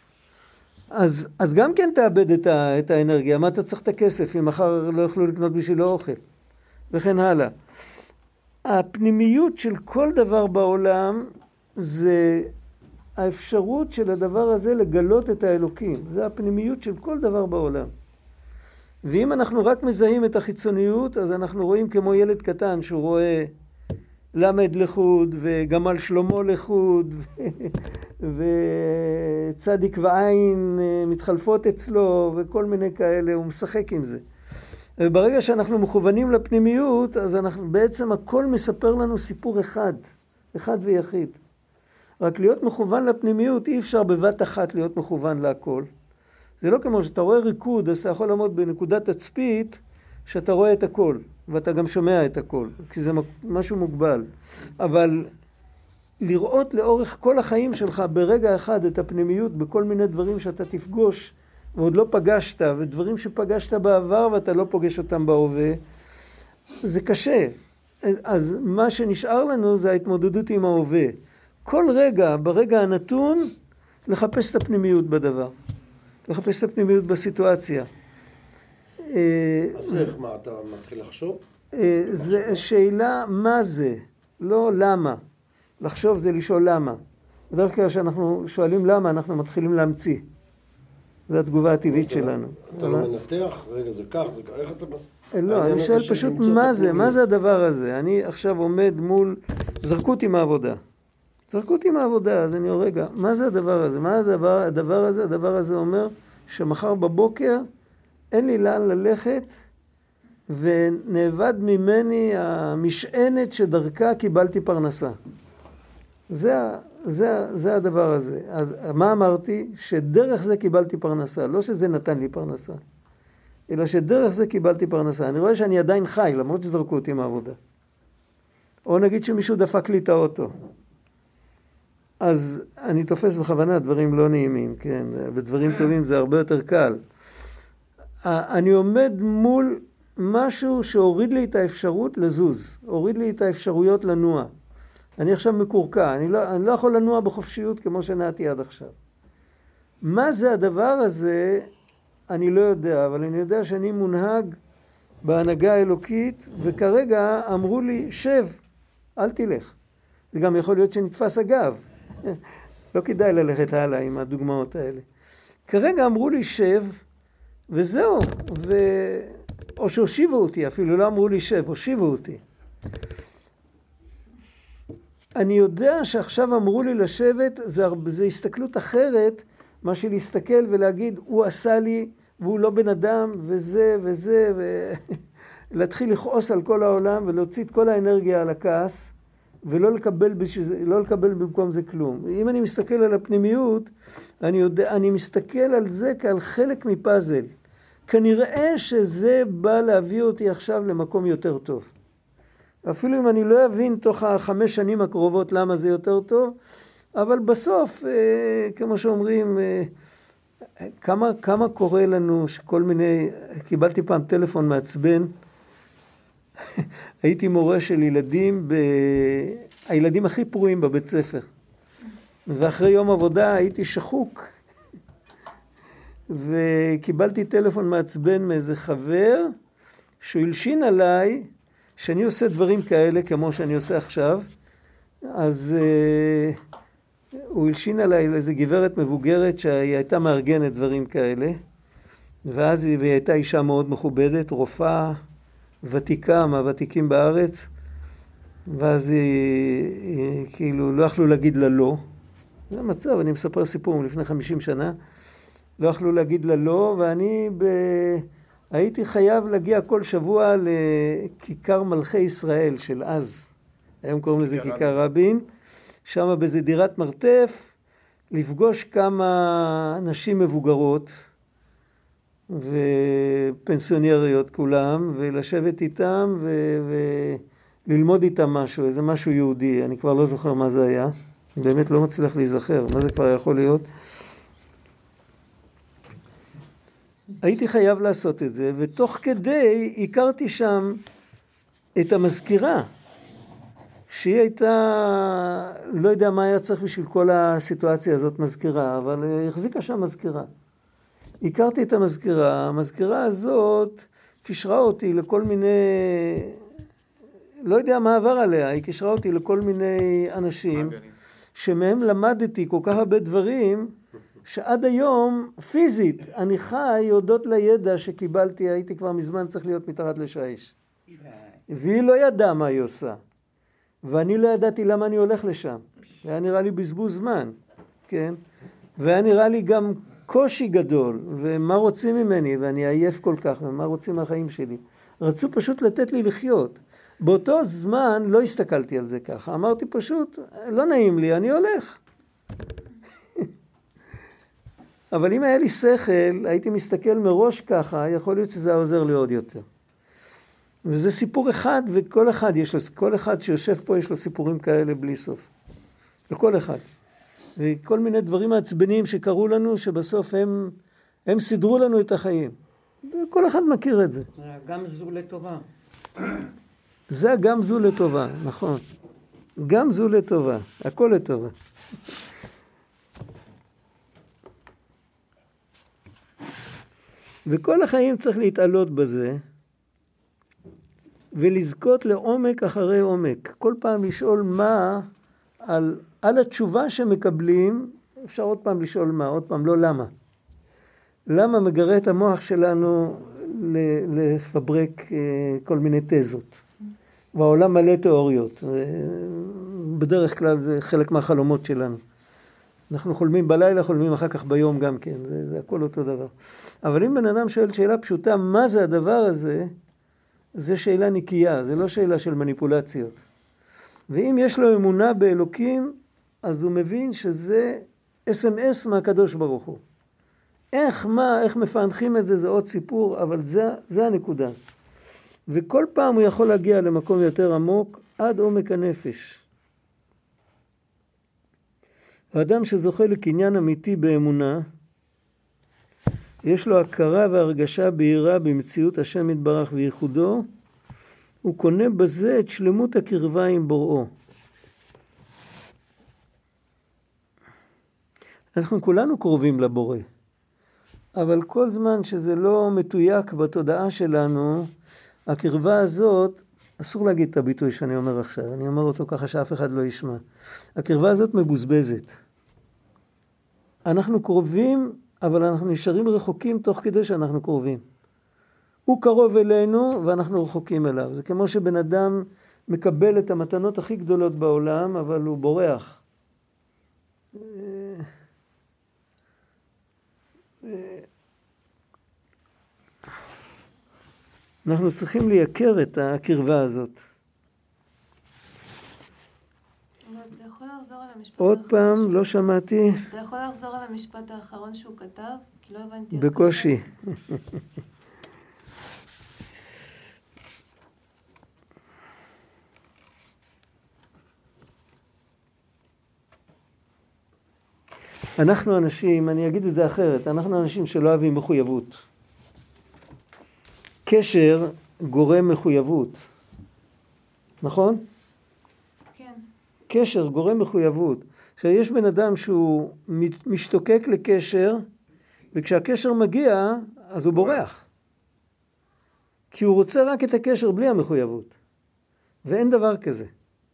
אז גם כן תאבד את האנרגיה. מה אתה צריך את הכסף אם מחר לא יוכלו לקנות בשבילו אוכל? וכן הלאה. הפנימיות של כל דבר בעולם זה האפשרות של הדבר הזה לגלות את האלוקים. זה הפנימיות של כל דבר בעולם. ואם אנחנו רק מזהים את החיצוניות, אז אנחנו רואים כמו ילד קטן שהוא רואה למד לחוד וגמל שלמה לחוד וצדיק ועין מתחלפות אצלו וכל מיני כאלה, הוא משחק עם זה. וברגע שאנחנו מכוונים לפנימיות, אז בעצם הכל מספר לנו סיפור אחד ויחיד. רק להיות מכוון לפנימיות, אי אפשר בבת אחת להיות מכוון להכל. זה לא כמו שאתה רואה ריקוד, אז אתה יכול לעמוד בנקודת תצפית, שאתה רואה את הכל, ואתה גם שומע את הכל, כי זה משהו מוגבל. אבל לראות לאורך כל החיים שלך ברגע אחד את הפנימיות, בכל מיני דברים שאתה תפגוש, ועוד לא פגשת, ודברים שפגשת בעבר ואתה לא פוגש אותם בהווה, זה קשה. אז מה שנשאר לנו זה ההתמודדות עם ההווה. כל רגע, ברגע הנתון, לחפש את הפנימיות בדבר. לחפש את הפנימיות בסיטואציה. אז איך, מה, אתה מתחיל לחשוב? זה שאלה מה זה, לא למה. לחשוב זה לשאול למה. בדרך כלל כשאנחנו שואלים למה, אנחנו מתחילים להמציא. זו התגובה הטבעית שלנו. אתה לא מנתח? רגע, זה כך, זה כך, איך אתה... לא, אני שואל פשוט מה זה, מה זה הדבר הזה? אני עכשיו עומד מול, זרקו אותי מהעבודה. זרקו אותי מהעבודה, אז אני אומר, רגע, מה זה הדבר הזה? מה הדבר הזה? הדבר הזה אומר שמחר בבוקר אין לי לאן ללכת, ונאבד ממני המשענת שדרכה קיבלתי פרנסה. זה הדבר הזה. אז מה אמרתי? שדרך זה קיבלתי פרנסה, לא שזה נתן לי פרנסה. אלא שדרך זה קיבלתי פרנסה. אני רואה שאני עדיין חי, למרות שזרקו אותי מהעבודה. או נגיד שמישהו דפק לי את האוטו. אז אני תופס בכוונה דברים לא נעימים, כן? בדברים טובים זה הרבה יותר קל. אני עומד מול משהו שהוריד לי את האפשרות לזוז. הוריד לי את האפשרויות לנוע. אני עכשיו מקורקע, אני לא יכול לנוע בחופשיות כמו שנעתי עד עכשיו. מה זה הדבר הזה? אני לא יודע, אבל אני יודע שאני מונהג בהנהגה האלוקית, וכרגע אמרו לי, שב, אל תלך. זה גם יכול להיות שנתפס אגב. לא כדאי ללכת הלאה עם הדוגמאות האלה. כרגע אמרו לי, שב, וזהו. או שהושיבו אותי, אפילו לא אמרו לי שב, הושיבו אותי. אני יודע שעכשיו אמרו לי לשבת, זה הסתכלות אחרת, מה שלהסתכל ולהגיד, הוא עשה לי, והוא לא בן אדם, וזה, ולהתחיל לכעוס על כל העולם, ולהוציא את כל האנרגיה על הכעס, ולא לקבל במקום זה כלום. אם אני מסתכל על הפנימיות, אני מסתכל על זה כעל חלק מפאזל. כנראה שזה בא להביא אותי עכשיו למקום יותר טוב. אפילו אם אני לא אבין תוך 5 שנים הקרובות למה זה יותר טוב, אבל בסוף, כמו שאומרים, כמה קורה לנו שכל מיני, קיבלתי פעם טלפון מעצבן, הייתי מורה של ילדים, הילדים הכי פרועים בבית ספר, ואחרי יום עבודה הייתי שחוק, וקיבלתי טלפון מעצבן מאיזה חבר, שהוא הלשין עליי, שאני עושה דברים כאלה כמו שאני עושה עכשיו, אז הוא הלשין עליי לאיזו גברת מבוגרת שהיא הייתה מארגנת דברים כאלה, ואז היא הייתה אישה מאוד מכובדת, רופאה ותיקה, מהוותיקים בארץ, ואז היא כאילו לא יכלו להגיד לה לא. זה המצב, אני מספר סיפור לפני 50 שנה, לא יכלו להגיד לה לא, ואני הייתי חייב להגיע כל שבוע לכיכר מלכי ישראל של אז. היום קוראים לזה כיכר רבין. שם באיזה דירת מרתף, לפגוש כמה נשים מבוגרות ופנסיונריות כולם, ולשבת איתם וללמוד איתם משהו, איזה משהו יהודי. אני כבר לא זוכר מה זה היה. באמת לא מצליח להיזכר. מה זה כבר יכול להיות? הייתי חייב לעשות את זה, ותוך כדי הכרתי שם את המזכירה, שהיא הייתה, לא יודע מה היה צריך בשביל כל הסיטואציה הזאת מזכירה, אבל החזיקה שם מזכירה. הכרתי את המזכירה, המזכירה הזאת קישרה אותי לכל מיני, לא יודע מה עבר עליה, היא קישרה אותי לכל מיני אנשים, שמהם למדתי כל כך הרבה דברים, שעד היום, פיזית, אני חי הודות לידע שקיבלתי, הייתי כבר מזמן צריך להיות מתחת לשעש. והיא לא ידעה מה היא עושה. ואני לא ידעתי למה אני הולך לשם. היה נראה לי בזבוז זמן, כן? והיה נראה לי גם קושי גדול, ומה רוצים ממני, ואני עייף כל כך, ומה רוצים מהחיים שלי. רצו פשוט לתת לי לחיות. באותו זמן לא הסתכלתי על זה ככה. אמרתי פשוט, לא נעים לי, אני הולך. אבל אם היה לי שכל, הייתי מסתכל מראש ככה, יכול להיות שזה עוזר לי עוד יותר. וזה סיפור אחד, וכל אחד יש לו, כל אחד שיושב פה יש לו סיפורים כאלה בלי סוף. לכל אחד. וכל מיני דברים מעצבנים שקרו לנו, שבסוף הם סידרו לנו את החיים. כל אחד מכיר את זה. גם זו לטובה. זה גם זו לטובה, נכון. גם זו לטובה, הכל לטובה. וכל החיים צריך להתעלות בזה, ולזכות לעומק אחרי עומק. כל פעם לשאול מה, על התשובה שמקבלים, אפשר עוד פעם לשאול מה, עוד פעם לא למה. למה מגרה את המוח שלנו לפברק כל מיני תזות. והעולם מלא תיאוריות. בדרך כלל זה חלק מהחלומות שלנו. אנחנו חולמים בלילה, חולמים אחר כך ביום גם כן. זה הכל אותו דבר. אבל אם בן אדם שואל שאלה פשוטה, מה זה הדבר הזה? זה שאלה נקייה, זה לא שאלה של מניפולציות. ואם יש לו אמונה באלוקים, אז הוא מבין שזה SMS מהקדוש ברוך הוא. איך מפענחים את זה, זה עוד סיפור, אבל זה הנקודה. וכל פעם הוא יכול להגיע למקום יותר עמוק, עד עומק הנפש. האדם שזוכה לקניין אמיתי באמונה, יש לו הכרה והרגשה בהירה במציאות השם יתברך וייחודו, הוא קונה בזה את שלמות הקרבה עם בוראו. אנחנו כולנו קרובים לבורא, אבל כל זמן שזה לא מתויק בתודעה שלנו, הקרבה הזאת, אסור להגיד את הביטוי שאני אומר עכשיו, אני אומר אותו ככה שאף אחד לא ישמע. הקרבה הזאת מבוזבזת. אנחנו קרובים, אבל אנחנו נשארים רחוקים תוך כדי שאנחנו קרובים. הוא קרוב אלינו ואנחנו רחוקים אליו. זה כמו שבן אדם מקבל את המתנות הכי גדולות בעולם, אבל הוא בורח. אנחנו צריכים לייקר את הקרבה הזאת. אז אתה יכול לחזור על המשפט עוד האחרון פעם, לא שמעתי. אתה יכול לחזור על המשפט האחרון שהוא כתב? כי לא הבנתי. בקושי. אנחנו אנשים, אני אגיד את זה אחרת, אנחנו אנשים שלא אוהבים מחויבות. קשר גורם מחויבות. נכון? כן. קשר גורם מחויבות. שיש בן אדם שהוא משתוקק לקשר, וכשהקשר מגיע, אז הוא בורח. כי הוא רוצה רק את הקשר בלי המחויבות. ואין דבר כזה.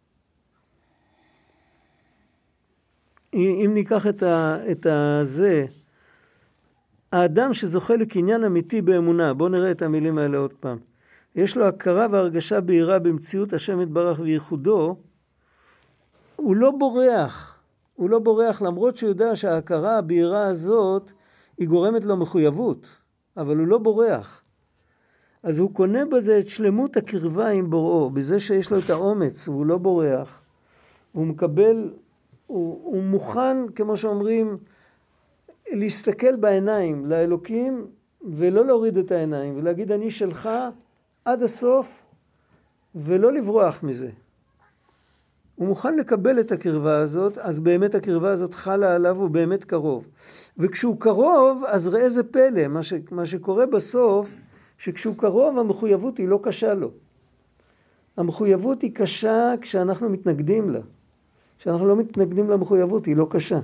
אם ניקח את זה, האדם שזוכה לקניין אמיתי באמונה, בואו נראה את המילים האלה עוד פעם. יש לו הכרה והרגשה בהירה במציאות השם יתברך וייחודו, הוא לא בורח. הוא לא בורח למרות שהוא יודע שההכרה הבהירה הזאת היא גורמת לו מחויבות, אבל הוא לא בורח. אז הוא קונה בזה את שלמות הקרבה עם בוראו, בזה שיש לו את האומץ, הוא לא בורח. הוא מקבל, הוא מוכן, כמו שאומרים, להסתכל בעיניים לאלוקים ולא להוריד את העיניים ולהגיד אני שלך עד הסוף ולא לברוח מזה. הוא מוכן לקבל את הקרבה הזאת, אז באמת הקרבה הזאת חלה עליו, הוא באמת קרוב. וכשהוא קרוב, אז ראה זה פלא, מה שקורה בסוף, שכשהוא קרוב המחויבות היא לא קשה לו. המחויבות היא קשה כשאנחנו מתנגדים לה. כשאנחנו לא מתנגדים למחויבות היא לא קשה.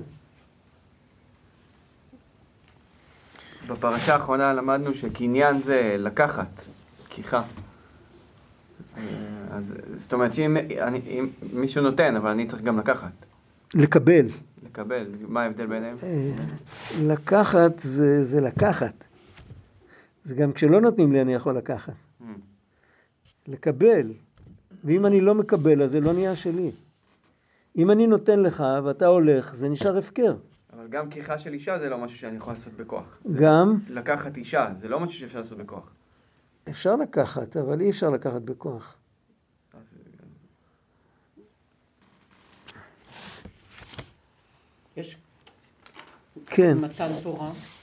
בפרשה האחרונה למדנו שקניין זה לקחת, לקיחה. אז זאת אומרת שאם מישהו נותן, אבל אני צריך גם לקחת. לקבל. לקבל, מה ההבדל ביניהם? לקחת זה לקחת. זה גם כשלא נותנים לי אני יכול לקחת. לקבל. ואם אני לא מקבל אז זה לא נהיה שלי. אם אני נותן לך ואתה הולך זה נשאר הפקר. אבל גם לקיחה של אישה זה לא משהו שאני יכול לעשות בכוח. גם? לקחת אישה זה לא משהו שאפשר לעשות בכוח. אפשר לקחת, אבל אי אפשר לקחת בכוח. יש כן. מתן תורה.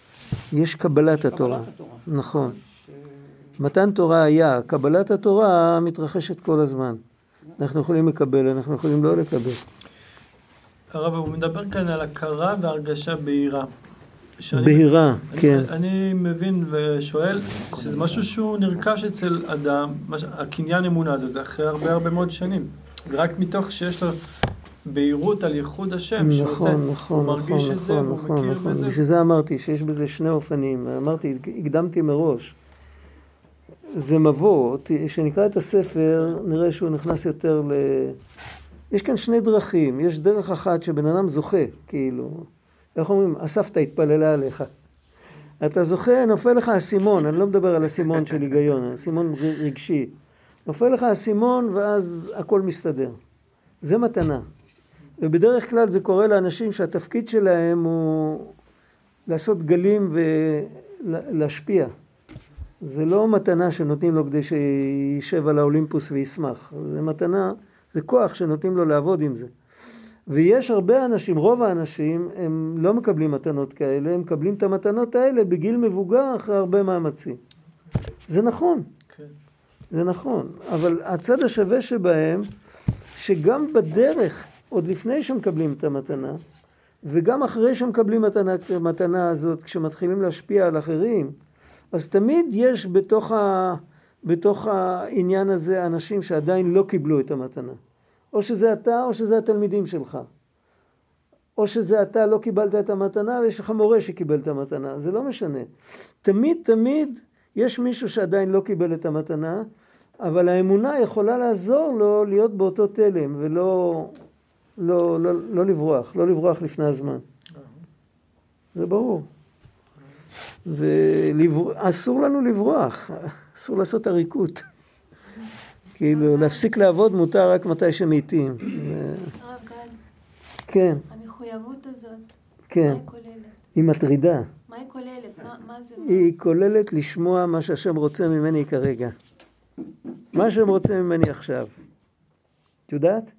יש קבלת התורה. נכון. מתן תורה היה, קבלת התורה מתרחשת כל הזמן. אנחנו יכולים לקבל, אנחנו יכולים לא לקבל. הרב, הוא מדבר כאן על הכרה והרגשה בהירה. בהירה, כן. אני מבין ושואל, שזה משהו שהוא נרכש אצל אדם, הקניין אמונה הזה, זה אחרי הרבה מאוד שנים. רק מתוך שיש לו בהירות על ייחוד השם, שהוא מרגיש את זה והוא מכיר בזה. בשביל זה אמרתי שיש בזה שני אופנים. אמרתי, הקדמתי מראש. זה מבוא, שנקרא את הספר, נראה שהוא נכנס יותר ל... יש כאן שני דרכים. יש דרך אחת שבן אדם זוכה, כאילו... איך אומרים? הסבתא התפללה עליך. אתה זוכה, נופל לך הסימון, אני לא מדבר על הסימון של היגיון, הסימון רגשי. נופל לך הסימון ואז הכל מסתדר. זה מתנה. ובדרך כלל זה קורה לאנשים שהתפקיד שלהם הוא לעשות גלים ולהשפיע. זה לא מתנה שנותנים לו כדי שישב על האולימפוס וישמח. זה מתנה, זה כוח שנותנים לו לעבוד עם זה. ויש הרבה אנשים, רוב האנשים, הם לא מקבלים מתנות כאלה, הם מקבלים את המתנות האלה בגיל מבוגר אחרי הרבה מאמצים. זה נכון. כן. זה נכון. אבל הצד השווה שבהם, שגם בדרך, עוד לפני שמקבלים את המתנה, וגם אחרי שמקבלים את המתנה הזאת, כשמתחילים להשפיע על אחרים, אז תמיד יש בתוך העניין הזה אנשים שעדיין לא קיבלו את המתנה. או שזה אתה או שזה התלמידים שלך. או שזה אתה לא קיבלת את המתנה ויש לך מורה שקיבל את המתנה. זה לא משנה. תמיד יש מישהו שעדיין לא קיבל את המתנה, אבל האמונה יכולה לעזור לו להיות באותו תלם ולא לא לברוח, לא לברוח לפני הזמן. זה ברור. ואסור לנו לברוח, אסור לעשות עריקות. כאילו, להפסיק לעבוד מותר רק מתי שמתים. הרב גד. כן. המחויבות הזאת, כן. מה היא כוללת? היא מטרידה. מה היא כוללת? מה זה? היא כוללת לשמוע מה שהשם רוצה ממני כרגע. מה שהשם רוצה ממני עכשיו. את יודעת?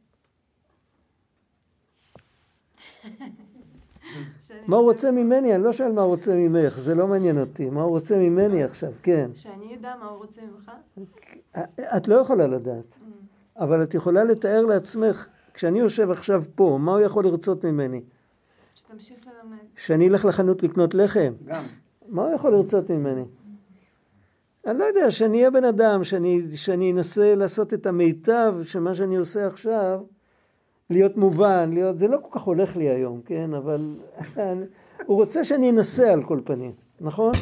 מה הוא רוצה ממני? אני לא שואל מה הוא רוצה ממך, זה לא מעניין אותי. מה הוא רוצה ממני עכשיו, כן. שאני אדע מה הוא רוצה ממך? את לא יכולה לדעת, אבל את יכולה לתאר לעצמך, כשאני יושב עכשיו פה, מה הוא יכול לרצות ממני? שתמשיך ללמד. שאני אלך לחנות לקנות לחם? גם. מה הוא יכול לרצות ממני? אני לא יודע, שאני אהיה בן אדם, שאני אנסה לעשות את המיטב, שמה שאני עושה עכשיו, להיות מובן, זה לא כל כך הולך לי היום, כן? אבל הוא רוצה שאני אנסה על כל פנים, נכון?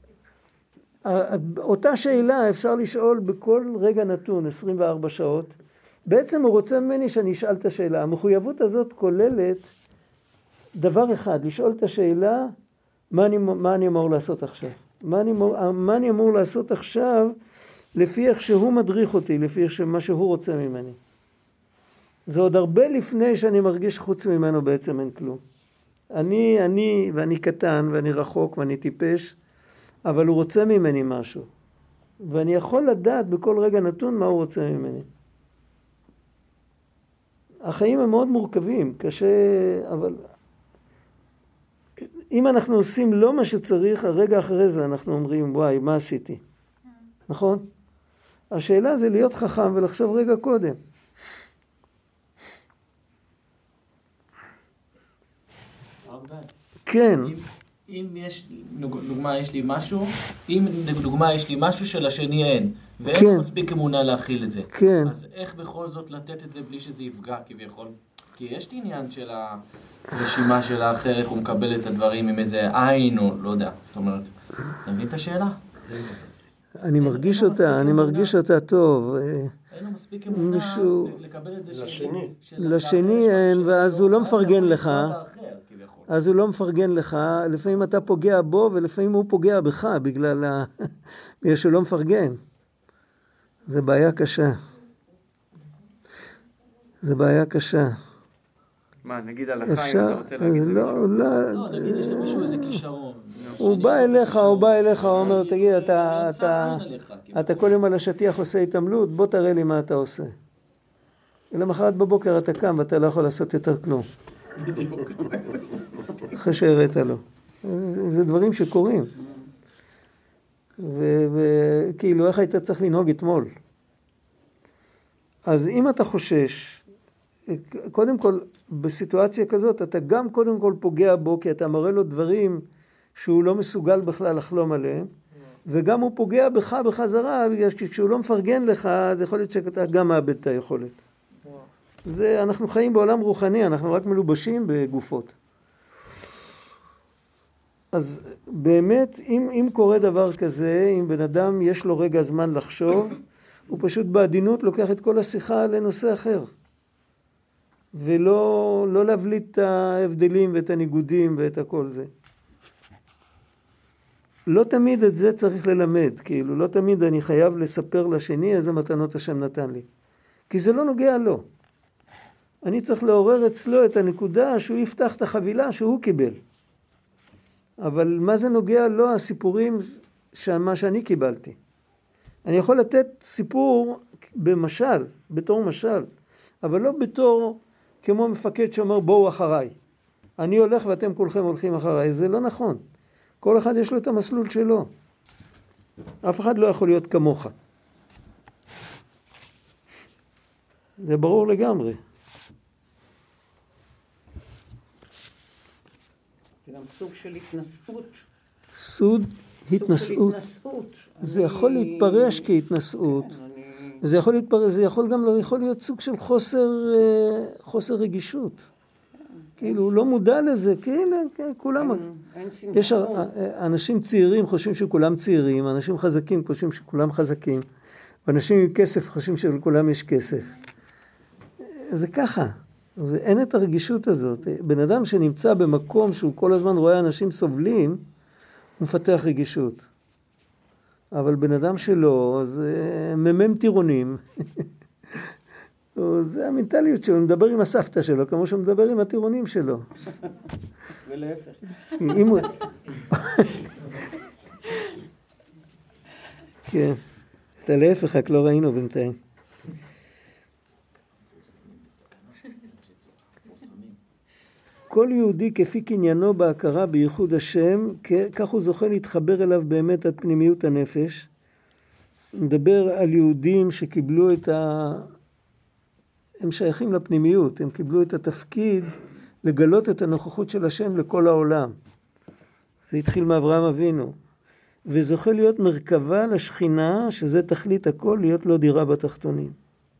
אותה שאלה אפשר לשאול בכל רגע נתון, 24 שעות. בעצם הוא רוצה ממני שאני אשאל את השאלה. המחויבות הזאת כוללת דבר אחד, לשאול את השאלה, מה אני אמור לעשות עכשיו? מה אני אמור לעשות עכשיו לפי איך שהוא מדריך אותי, לפי מה שהוא רוצה ממני. זה עוד הרבה לפני שאני מרגיש חוץ ממנו בעצם אין כלום. ואני קטן ואני רחוק ואני טיפש, אבל הוא רוצה ממני משהו. ואני יכול לדעת בכל רגע נתון מה הוא רוצה ממני. החיים הם מאוד מורכבים, קשה, אבל אם אנחנו עושים לא מה שצריך, הרגע אחרי זה אנחנו אומרים, וואי, מה עשיתי? נכון? השאלה זה להיות חכם ולחשוב רגע קודם. כן. אם יש, דוגמה, יש לי משהו, אם דוגמה יש לי משהו שלשני אין, ואין לו מספיק אמונה להכיל את זה. כן. אז איך בכל זאת לתת את זה בלי שזה יפגע כביכול? כי יש את העניין של הרשימה של האחר, איך הוא מקבל את הדברים עם איזה עין או לא יודע. זאת אומרת, אתה מבין את השאלה? אני מרגיש אותה טוב. אין לו מספיק אמונה לקבל את זה לשני אין, ואז הוא לא מפרגן לך. אז הוא לא מפרגן לך, לפעמים אתה פוגע בו ולפעמים הוא פוגע בך בגלל שהוא לא מפרגן. זה בעיה קשה. זה בעיה קשה. מה, נגיד על החיים, אתה רוצה להגיד למישהו? לא, נגיד יש למישהו איזה כישרון. הוא בא אליך, הוא אומר, תגיד, אתה כל יום על השטיח עושה התעמלות, בוא תראה לי מה אתה עושה. ולמחרת בבוקר אתה קם ואתה לא יכול לעשות יותר כלום. אחרי שהראית לו. זה דברים שקורים. וכאילו, איך היית צריך לנהוג אתמול? אז אם אתה חושש, קודם כל, בסיטואציה כזאת, אתה גם קודם כל פוגע בו, כי אתה מראה לו דברים שהוא לא מסוגל בכלל לחלום עליהם, וגם הוא פוגע בך בחזרה, בגלל שכשהוא לא מפרגן לך, אז יכול להיות שאתה גם מאבד את היכולת. אנחנו חיים בעולם רוחני, אנחנו רק מלובשים בגופות. אז באמת, אם קורה דבר כזה, אם בן אדם יש לו רגע זמן לחשוב, הוא פשוט בעדינות לוקח את כל השיחה לנושא אחר. ולא להבליט את ההבדלים ואת הניגודים ואת הכל זה. לא תמיד את זה צריך ללמד, כאילו לא תמיד אני חייב לספר לשני איזה מתנות השם נתן לי. כי זה לא נוגע לו. אני צריך לעורר אצלו את הנקודה שהוא יפתח את החבילה שהוא קיבל. אבל מה זה נוגע לו הסיפורים מה שאני קיבלתי? אני יכול לתת סיפור במשל, בתור משל, אבל לא בתור כמו מפקד שאומר בואו אחריי. אני הולך ואתם כולכם הולכים אחריי. זה לא נכון. כל אחד יש לו את המסלול שלו. אף אחד לא יכול להיות כמוך. זה ברור לגמרי. זה גם סוג של התנסות. סוג התנסות. זה יכול להתפרש כהתנסות. זה יכול להתפרש, זה יכול גם יכול להיות סוג של חוסר רגישות. כאילו, הוא לא מודע לזה, כאילו, כולם... יש אנשים צעירים חושבים שכולם צעירים, אנשים חזקים חושבים שכולם חזקים, ואנשים עם כסף חושבים שלכולם יש כסף. זה ככה. אין את הרגישות הזאת. בן אדם שנמצא במקום שהוא כל הזמן רואה אנשים סובלים, הוא מפתח רגישות. אבל בן אדם שלו, זה ממם טירונים. זה המנטליות שלו, הוא מדבר עם הסבתא שלו, כמו שהוא מדבר עם הטירונים שלו. ולהפך. כן, את הלהפך, רק לא ראינו בינתיים. כל יהודי כפי קניינו בהכרה בייחוד השם, כך הוא זוכה להתחבר אליו באמת עד פנימיות הנפש. מדבר על יהודים שקיבלו הם שייכים לפנימיות, הם קיבלו את התפקיד לגלות את הנוכחות של השם לכל העולם. זה התחיל מאברהם אבינו. וזוכה להיות מרכבה לשכינה, שזה תכלית הכל, להיות לו דירה בתחתונים.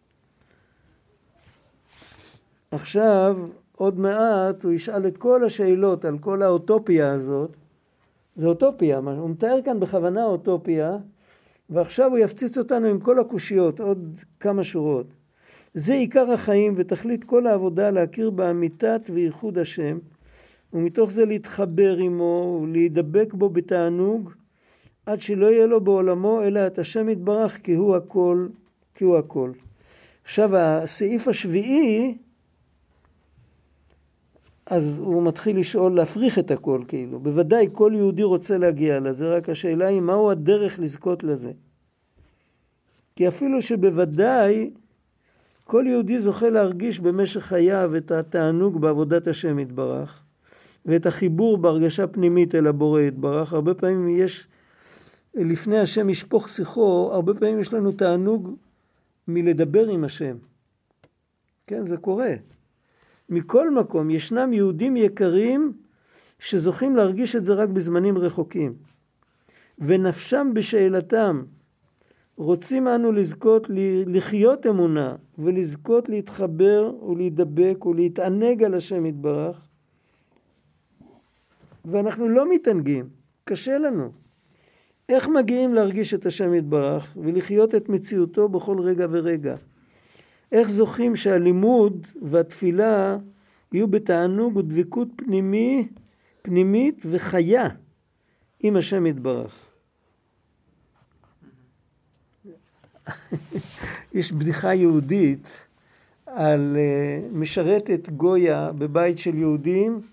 עכשיו, עוד מעט הוא ישאל את כל השאלות על כל האוטופיה הזאת. זה אוטופיה, הוא מתאר כאן בכוונה אוטופיה, ועכשיו הוא יפציץ אותנו עם כל הקושיות, עוד כמה שורות. זה עיקר החיים ותכלית כל העבודה להכיר באמיתת וייחוד השם, ומתוך זה להתחבר עמו ולהידבק בו בתענוג, עד שלא יהיה לו בעולמו אלא את השם יתברך כי הוא הכל, כי הוא הכל. עכשיו הסעיף השביעי, אז הוא מתחיל לשאול להפריך את הכל כאילו. בוודאי כל יהודי רוצה להגיע לזה, רק השאלה היא מהו הדרך לזכות לזה. כי אפילו שבוודאי כל יהודי זוכה להרגיש במשך חייו את התענוג בעבודת השם יתברך, ואת החיבור בהרגשה פנימית אל הבורא יתברך. הרבה פעמים יש, לפני השם ישפוך שיחו, הרבה פעמים יש לנו תענוג מלדבר עם השם. כן, זה קורה. מכל מקום ישנם יהודים יקרים שזוכים להרגיש את זה רק בזמנים רחוקים. ונפשם בשאלתם, רוצים אנו לזכות לחיות אמונה ולזכות להתחבר ולהידבק ולהתענג על השם יתברך. ואנחנו לא מתענגים, קשה לנו. איך מגיעים להרגיש את השם יתברך ולחיות את מציאותו בכל רגע ורגע? איך זוכים שהלימוד והתפילה יהיו בתענוג ודבקות פנימית וחיה עם השם יתברך? יש בדיחה יהודית על משרתת גויה בבית של יהודים,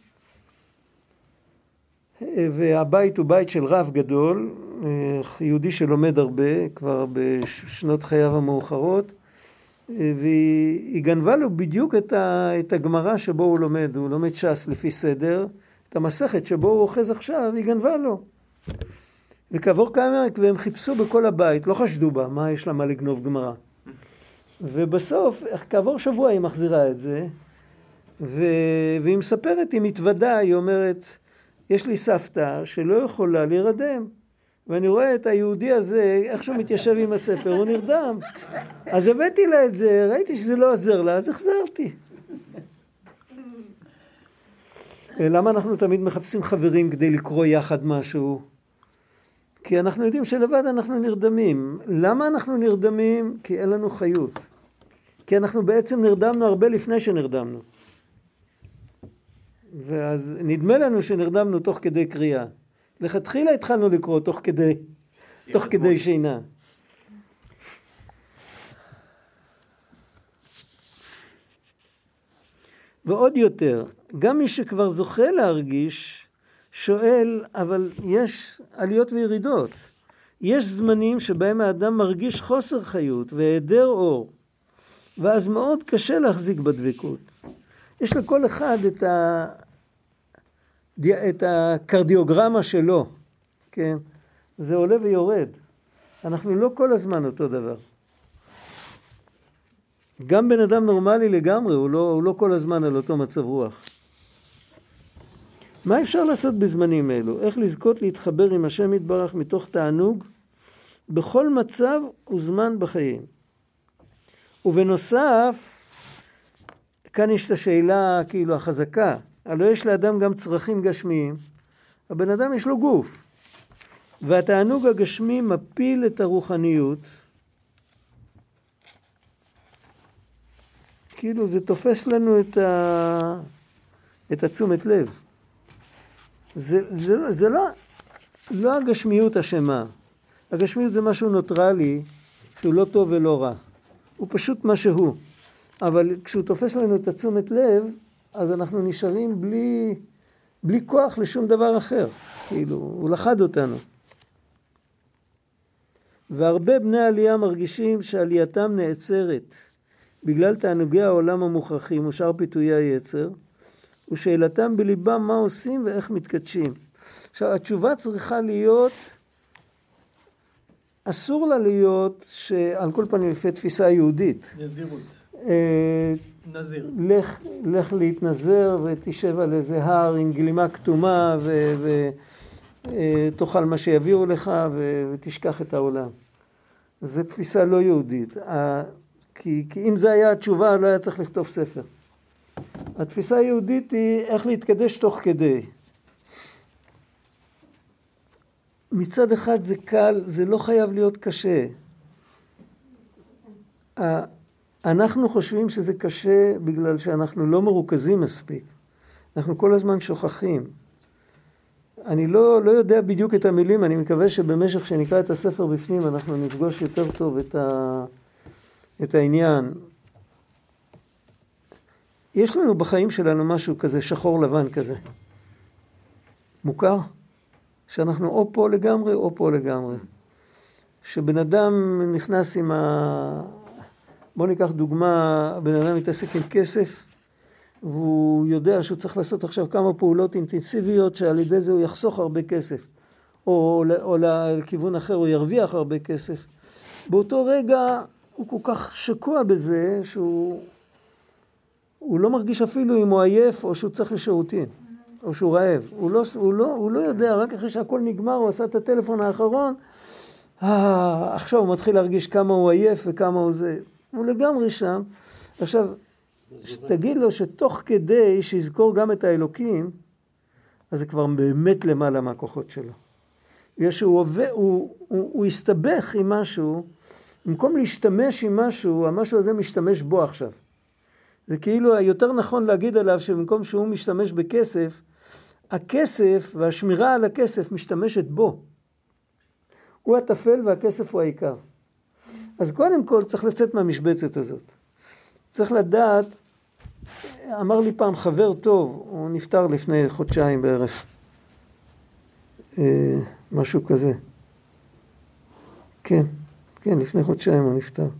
והבית הוא בית של רב גדול, יהודי שלומד הרבה, כבר בשנות חייו המאוחרות, והיא גנבה לו בדיוק את הגמרא שבו הוא לומד. הוא לומד ש"ס לפי סדר, את המסכת שבו הוא אוחז עכשיו, היא גנבה לו. וכעבור כמה, והם חיפשו בכל הבית, לא חשדו בה, מה יש לה מה לגנוב גמרא. ובסוף, כעבור שבוע היא מחזירה את זה, והיא מספרת, היא מתוודה, היא אומרת, יש לי סבתא שלא יכולה להירדם, ואני רואה את היהודי הזה, איך שהוא מתיישב עם הספר, הוא נרדם. אז הבאתי לה את זה, ראיתי שזה לא עוזר לה, אז החזרתי. למה אנחנו תמיד מחפשים חברים כדי לקרוא יחד משהו? כי אנחנו יודעים שלבד אנחנו נרדמים. למה אנחנו נרדמים? כי אין לנו חיות. כי אנחנו בעצם נרדמנו הרבה לפני שנרדמנו. ואז נדמה לנו שנרדמנו תוך כדי קריאה. לכתחילה התחלנו לקרוא תוך כדי שינה. ועוד יותר, גם מי שכבר זוכה להרגיש, שואל, אבל יש עליות וירידות. יש זמנים שבהם האדם מרגיש חוסר חיות והיעדר אור, ואז מאוד קשה להחזיק בדבקות. יש לכל אחד את הקרדיוגרמה שלו, כן? זה עולה ויורד. אנחנו לא כל הזמן אותו דבר. גם בן אדם נורמלי לגמרי, הוא לא כל הזמן על אותו מצב רוח. מה אפשר לעשות בזמנים אלו? איך לזכות להתחבר עם השם יתברך מתוך תענוג בכל מצב וזמן בחיים? ובנוסף, כאן יש את השאלה כאילו החזקה. הלוא יש לאדם גם צרכים גשמיים. הבן אדם יש לו גוף. והתענוג הגשמי מפיל את הרוחניות. כאילו זה תופס לנו את התשומת לב. זה לא הגשמיות אשמה. הגשמיות זה משהו נוטרלי, שהוא לא טוב ולא רע. הוא פשוט מה שהוא. אבל כשהוא תופס לנו את התשומת לב, אז אנחנו נשארים בלי כוח לשום דבר אחר. כאילו, הוא לחד אותנו. והרבה בני העלייה מרגישים שעלייתם נעצרת בגלל תענוגי העולם המוכרחים ושאר פיתויי היצר, ושאלתם בליבם מה עושים ואיך מתקדשים. עכשיו, התשובה צריכה להיות, אסור לה להיות, שעל כל פנים לפי תפיסה יהודית. נזירות. נזיר. לך להתנזר ותשב על איזה הר עם גלימה כתומה ותאכל מה שיביאו לך ותשכח את העולם. זו תפיסה לא יהודית. כי אם זה היה התשובה, לא היה צריך לכתוב ספר. התפיסה היהודית היא איך להתקדש תוך כדי. מצד אחד זה קל, זה לא חייב להיות קשה. אנחנו חושבים שזה קשה בגלל שאנחנו לא מרוכזים מספיק. אנחנו כל הזמן שוכחים. אני לא יודע בדיוק את המילים, אני מקווה שבמשך שנקרא את הספר בפנים אנחנו נפגוש יותר טוב את העניין. יש לנו בחיים שלנו משהו כזה שחור לבן כזה. מוכר? שאנחנו או פה לגמרי או פה לגמרי. שבן אדם נכנס עם בוא ניקח דוגמה, בן אדם מתעסק עם כסף, והוא יודע שהוא צריך לעשות עכשיו כמה פעולות אינטנסיביות, שעל ידי זה הוא יחסוך הרבה כסף. או לכיוון אחר הוא ירוויח הרבה כסף. באותו רגע הוא כל כך שקוע בזה, שהוא לא מרגיש אפילו אם הוא עייף, או שהוא צריך לשירותים, או שהוא רעב. הוא לא יודע, רק אחרי שהכל נגמר, הוא עשה את הטלפון האחרון, עכשיו הוא מתחיל להרגיש כמה הוא עייף וכמה הוא זה. הוא לגמרי שם. עכשיו, שתגיד לו שתוך כדי שיזכור גם את האלוקים, אז זה כבר באמת למעלה מהכוחות שלו. הוא יסתבך עם משהו, במקום להשתמש עם משהו, המשהו הזה משתמש בו עכשיו. זה כאילו יותר נכון להגיד עליו שבמקום שהוא משתמש בכסף, הכסף והשמירה על הכסף משתמשת בו. הוא הטפל והכסף הוא העיקר. אז קודם כל צריך לצאת מהמשבצת הזאת. צריך לדעת, אמר לי פעם חבר טוב, הוא נפטר לפני חודשיים בערך. משהו כזה. כן, לפני חודשיים הוא נפטר.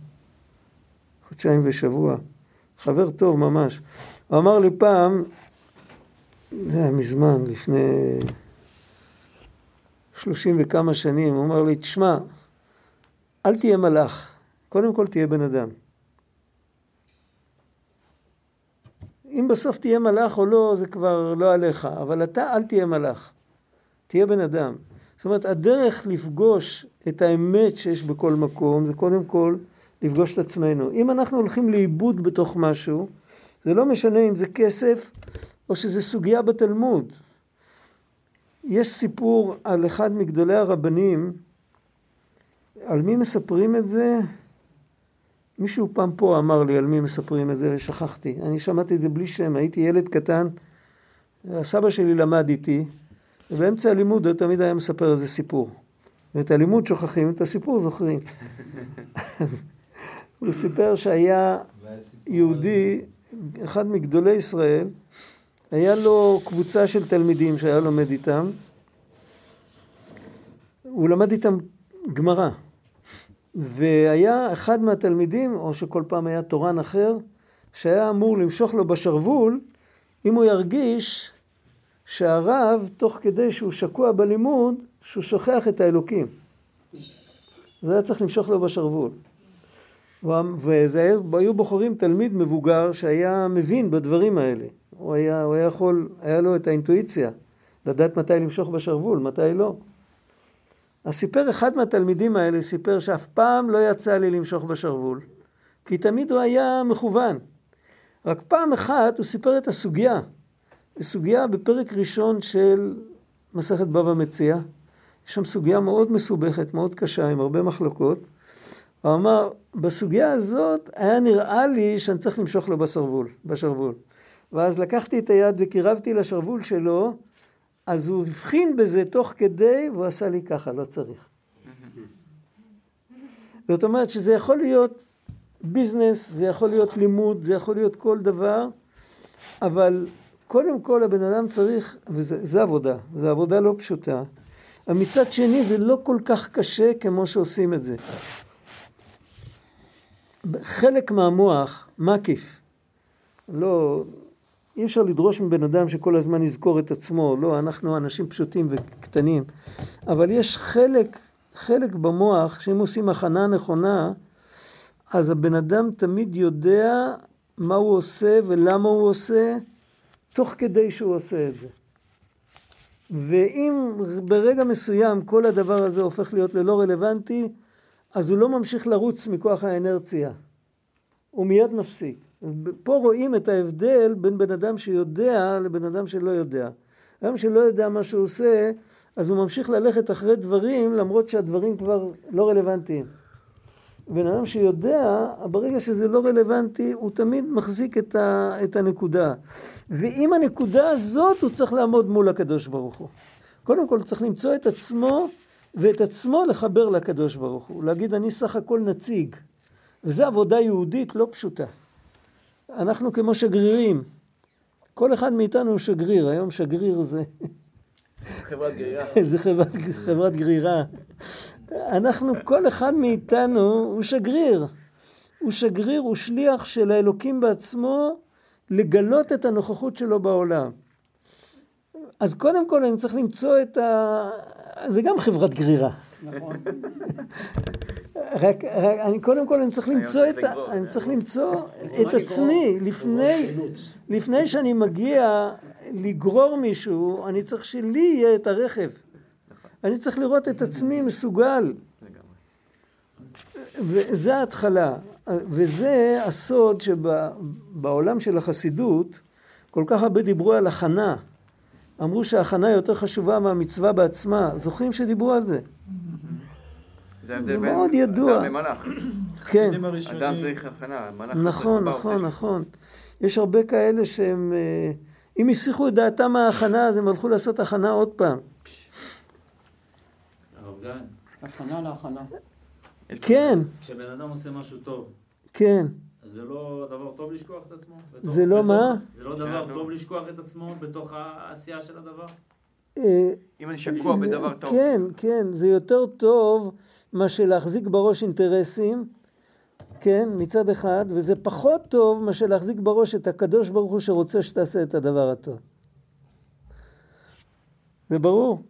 חודשיים ושבוע. חבר טוב ממש. הוא אמר לי פעם, זה היה מזמן, לפני 30 וכמה שנים, הוא אמר לי, תשמע, אל תהיה מלאך, קודם כל תהיה בן אדם. אם בסוף תהיה מלאך או לא, זה כבר לא עליך, אבל אתה אל תהיה מלאך, תהיה בן אדם. זאת אומרת, הדרך לפגוש את האמת שיש בכל מקום, זה קודם כל לפגוש את עצמנו. אם אנחנו הולכים לאיבוד בתוך משהו, זה לא משנה אם זה כסף או שזה סוגיה בתלמוד. יש סיפור על אחד מגדולי הרבנים, על מי מספרים את זה? מישהו פעם פה אמר לי על מי מספרים את זה ושכחתי. אני שמעתי את זה בלי שם, הייתי ילד קטן, הסבא שלי למד איתי, ובאמצע הלימוד הוא תמיד היה מספר איזה סיפור. ואת הלימוד שוכחים, את הסיפור זוכרים. הוא סיפר שהיה יהודי, אחד מגדולי ישראל, היה לו קבוצה של תלמידים שהיה לומד איתם, הוא למד איתם גמרא, והיה אחד מהתלמידים, או שכל פעם היה תורן אחר, שהיה אמור למשוך לו בשרוול, אם הוא ירגיש שהרב, תוך כדי שהוא שקוע בלימוד, שהוא שוכח את האלוקים. זה היה צריך למשוך לו בשרוול. והיו בוחרים תלמיד מבוגר שהיה מבין בדברים האלה. הוא היה יכול, היה לו את האינטואיציה, לדעת מתי למשוך בשרוול, מתי לא. אז סיפר אחד מהתלמידים האלה, סיפר שאף פעם לא יצא לי למשוך בשרוול, כי תמיד הוא היה מכוון. רק פעם אחת הוא סיפר את הסוגיה, סוגיה בפרק ראשון של מסכת בבא מציעא. יש שם סוגיה מאוד מסובכת, מאוד קשה, עם הרבה מחלוקות. הוא אמר, בסוגיה הזאת היה נראה לי שאני צריך למשוך לו בשרוול. ואז לקחתי את היד וקירבתי לשרוול שלו, אז הוא הבחין בזה תוך כדי, והוא עשה לי ככה, לא צריך. זאת אומרת שזה יכול להיות ביזנס, זה יכול להיות לימוד, זה יכול להיות כל דבר, אבל קודם כל הבן אדם צריך, וזה עבודה, זו עבודה לא פשוטה. מצד שני זה לא כל כך קשה כמו שעושים את זה. חלק מהמוח מקיף. לא, אי אפשר לדרוש מבן אדם שכל הזמן יזכור את עצמו. לא, אנחנו אנשים פשוטים וקטנים. אבל יש חלק במוח, שאם עושים הכנה נכונה, אז הבן אדם תמיד יודע מה הוא עושה ולמה הוא עושה, תוך כדי שהוא עושה את זה. ואם ברגע מסוים כל הדבר הזה הופך להיות ללא רלוונטי, אז הוא לא ממשיך לרוץ מכוח האנרציה. הוא מיד מפסיק. פה רואים את ההבדל בין בן אדם שיודע לבן אדם שלא יודע. אדם שלא יודע מה שהוא עושה, אז הוא ממשיך ללכת אחרי דברים, למרות שהדברים כבר לא רלוונטיים. בן אדם שיודע, ברגע שזה לא רלוונטי, הוא תמיד מחזיק את הנקודה. ועם הנקודה הזאת הוא צריך לעמוד מול הקדוש ברוך הוא. קודם כל צריך למצוא את עצמו, ואת עצמו לחבר לקדוש ברוך הוא. להגיד, אני סך הכל נציג. וזו עבודה יהודית לא פשוטה. אנחנו כמו שגרירים. כל אחד מאיתנו הוא שגריר. היום שגריר זה... חברת גרירה. זה חברת גרירה. אנחנו, כל אחד מאיתנו הוא שגריר. הוא שגריר, הוא שליח של האלוקים בעצמו לגלות את הנוכחות שלו בעולם. אז קודם כל אני צריך למצוא זה גם חברת גרירה. נכון. רק קודם כל אני צריך למצוא את עצמי. לפני שאני מגיע לגרור מישהו, אני צריך שלי יהיה את הרכב. אני צריך לראות את עצמי מסוגל. וזה ההתחלה. וזה הסוד שבעולם של החסידות, כל כך הרבה דיברו על הכנה. אמרו שההכנה יותר חשובה מהמצווה בעצמה. זוכרים שדיברו על זה? זה ההבדל בין מאוד ידוע. אדם למלאך. כן. אדם צריך הכנה. נכון. יש הרבה כאלה שהם, אם הסיחו את דעתם מההכנה, אז הם הלכו לעשות הכנה עוד פעם. הרב גן. הכנה להכנה. כן. כשבן אדם עושה משהו טוב, כן. אז זה לא דבר טוב לשכוח את עצמו? זה לא מה? זה לא דבר טוב לשכוח את עצמו בתוך העשייה של הדבר? אם אני שקוע בדבר טוב. כן, זה יותר טוב מה שלהחזיק בראש אינטרסים, כן, מצד אחד, וזה פחות טוב מה שלהחזיק בראש את הקדוש ברוך הוא שרוצה שתעשה את הדבר הטוב. זה ברור.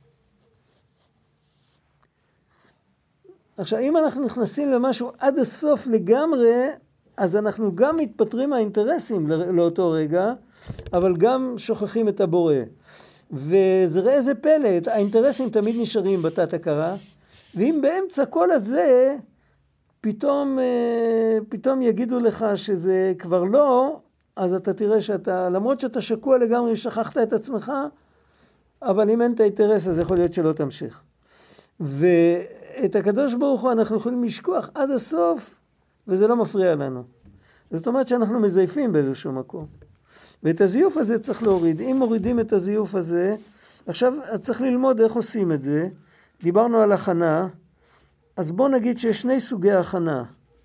עכשיו, אם אנחנו נכנסים למשהו עד הסוף לגמרי, אז אנחנו גם מתפטרים מהאינטרסים לאותו רגע, אבל גם שוכחים את הבורא. וזה ראה איזה פלא, האינטרסים תמיד נשארים בתת הכרה, ואם באמצע כל הזה, פתאום יגידו לך שזה כבר לא, אז אתה תראה שאתה, למרות שאתה שקוע לגמרי, שכחת את עצמך, אבל אם אין את האינטרס, אז יכול להיות שלא תמשיך. ואת הקדוש ברוך הוא אנחנו יכולים לשכוח עד הסוף, וזה לא מפריע לנו. זאת אומרת שאנחנו מזייפים באיזשהו מקום. ואת הזיוף הזה צריך להוריד. אם מורידים את הזיוף הזה, עכשיו צריך ללמוד איך עושים את זה. דיברנו על הכנה, אז בוא נגיד שיש שני סוגי הכנה.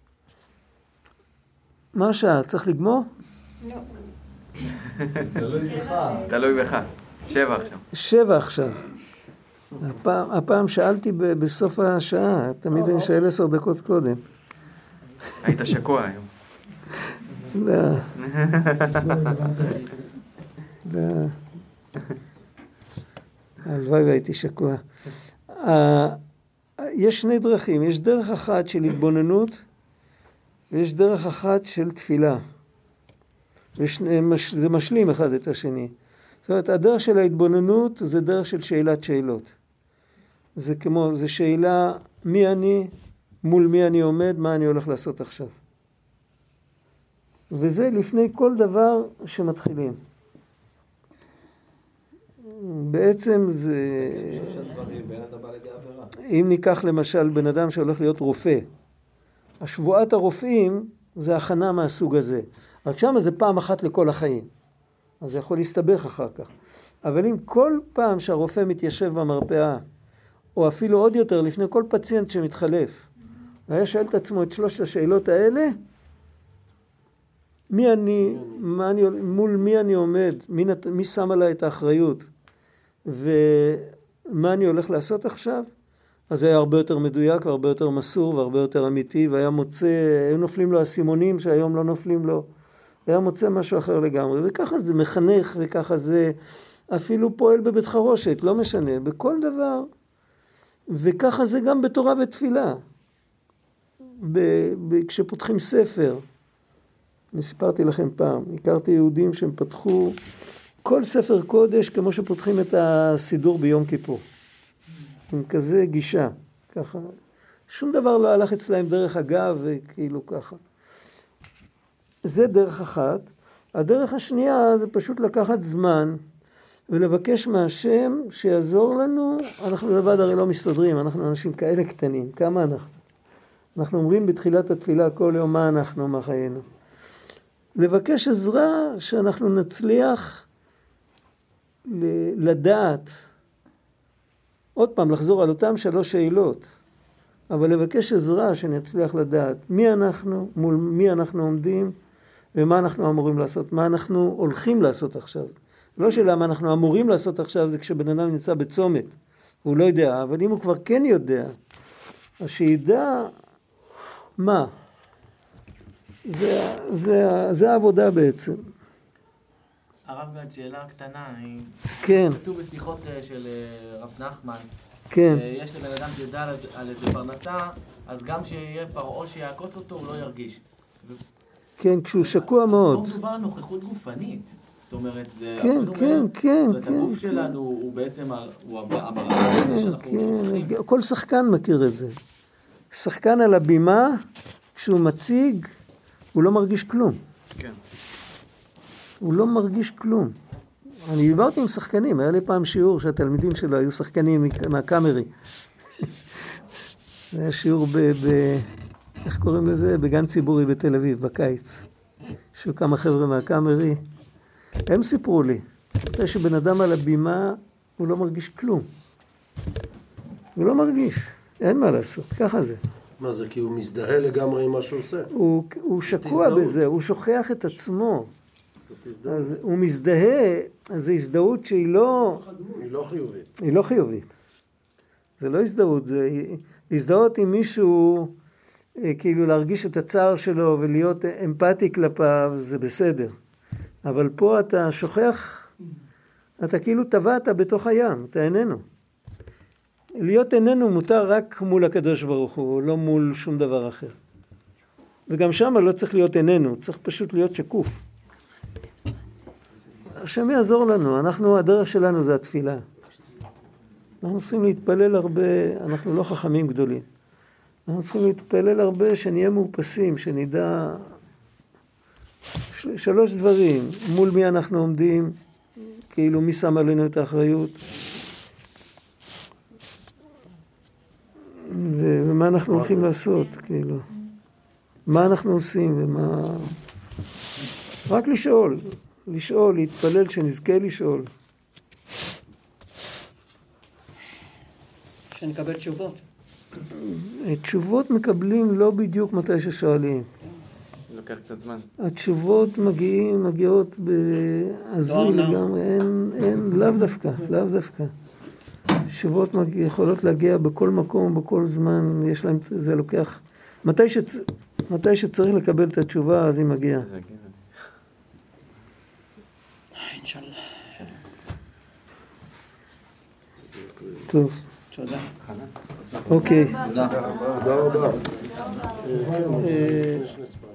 מה השעה? צריך לגמור? לא. תלוי בך. 7 עכשיו. 7 עכשיו. הפעם שאלתי בסוף השעה, תמיד אני שואל 10 דקות קודם. היית שקוע היום. לא. לא. הלוואי והייתי שקוע. יש שני דרכים, יש דרך אחת של התבוננות, ויש דרך אחת של תפילה. זה משלים אחד את השני. זאת אומרת, הדרך של ההתבוננות זה דרך של שאלת שאלות. זה כמו, זה שאלה מי אני, מול מי אני עומד, מה אני הולך לעשות עכשיו. וזה לפני כל דבר שמתחילים. בעצם זה... אם ניקח למשל בן אדם שהולך להיות רופא, השבועת הרופאים זה הכנה מהסוג הזה. רק שם זה פעם אחת לכל החיים. אז זה יכול להסתבך אחר כך. אבל אם כל פעם שהרופא מתיישב במרפאה, או אפילו עוד יותר לפני כל פציינט שמתחלף, והיה שואל את עצמו את 3 השאלות האלה, מי אני, מול מי אני עומד, מי שם עליי את האחריות, ומה אני הולך לעשות עכשיו, אז זה היה הרבה יותר מדויק, והרבה יותר מסור, והרבה יותר אמיתי, והיה מוצא, היו נופלים לו הסימונים שהיום לא נופלים לו, היה מוצא משהו אחר לגמרי, וככה זה מחנך, וככה זה אפילו פועל בבית חרושת, לא משנה, בכל דבר, וככה זה גם בתורה ותפילה, כשפותחים ספר, אני סיפרתי לכם פעם, הכרתי יהודים שהם פתחו כל ספר קודש כמו שפותחים את הסידור ביום כיפור. עם כזה גישה, ככה. שום דבר לא הלך אצלהם דרך אגב וכאילו ככה. זה דרך אחת. הדרך השנייה זה פשוט לקחת זמן ולבקש מהשם שיעזור לנו. אנחנו לבד הרי לא מסתדרים, אנחנו אנשים כאלה קטנים. כמה אנחנו? אנחנו אומרים בתחילת התפילה כל יום מה אנחנו, מה חיינו. לבקש עזרה שאנחנו נצליח לדעת, עוד פעם לחזור על אותם 3 שאלות, אבל לבקש עזרה שנצליח לדעת מי אנחנו, מול מי אנחנו עומדים, ומה אנחנו אמורים לעשות, מה אנחנו הולכים לעשות עכשיו. לא שאלה מה אנחנו אמורים לעשות עכשיו, זה כשבן אדם נמצא בצומת, הוא לא יודע, אבל אם הוא כבר כן יודע, אז שידע מה. זה העבודה בעצם. הרב גד, שאלה קטנה, כן. כתוב בשיחות של רב נחמן, כן. יש לבן אדם תדע על איזה פרנסה, אז גם שיהיה פרעה שיעקוץ אותו, הוא לא ירגיש. כן, כשהוא שקוע מאוד. אז פה מדובר על נוכחות גופנית. זאת אומרת, זה... כן, כן, כן. זאת אומרת, הגוף שלנו הוא בעצם, הוא המראה הזה שאנחנו שוכחים. כל שחקן מכיר את זה. שחקן על הבימה, כשהוא מציג, הוא לא מרגיש כלום. כן. הוא לא מרגיש כלום. אני דיברתי עם שחקנים, היה לי פעם שיעור שהתלמידים שלו היו שחקנים מהקאמרי. זה היה שיעור איך קוראים לזה? בגן ציבורי בתל אביב, בקיץ. שהיו כמה חבר'ה מהקאמרי. הם סיפרו לי, זה שבן אדם על הבימה, הוא לא מרגיש כלום. הוא לא מרגיש, אין מה לעשות, ככה זה. מה זה? כי הוא מזדהה לגמרי עם מה שהוא עושה. הוא שקוע בזה, הוא שוכח את עצמו. אז הוא מזדהה, אז זו הזדהות שהיא לא... היא לא חיובית. היא לא חיובית. זה לא הזדהות, זה הזדהות עם מישהו, כאילו להרגיש את הצער שלו ולהיות אמפתי כלפיו, זה בסדר. אבל פה אתה שוכח, אתה כאילו טבעת בתוך הים, אתה איננו. להיות איננו מותר רק מול הקדוש ברוך הוא, לא מול שום דבר אחר. וגם שם לא צריך להיות איננו, צריך פשוט להיות שקוף. השם יעזור לנו, הדרך שלנו זה התפילה. אנחנו צריכים להתפלל הרבה, אנחנו לא חכמים גדולים. אנחנו צריכים להתפלל הרבה, שנהיה מאופסים, שנדע 3 דברים, מול מי אנחנו עומדים, כאילו מי שם עלינו את האחריות, ומה אנחנו הולכים לעשות, כאילו. מה אנחנו עושים ומה... רק לשאול, להתפלל שנזכה לשאול. שנקבל תשובות. תשובות מקבלים לא בדיוק מתי ששואלים. לוקח קצת זמן. התשובות מגיעות בעזוי לגמרי, אין, לאו דווקא. תשובות יכולות להגיע בכל מקום, בכל זמן, יש להם, זה לוקח, מתי שצריך לקבל את התשובה, אז היא מגיעה. אינשאללה. טוב. תודה. אוקיי. תודה. תודה רבה.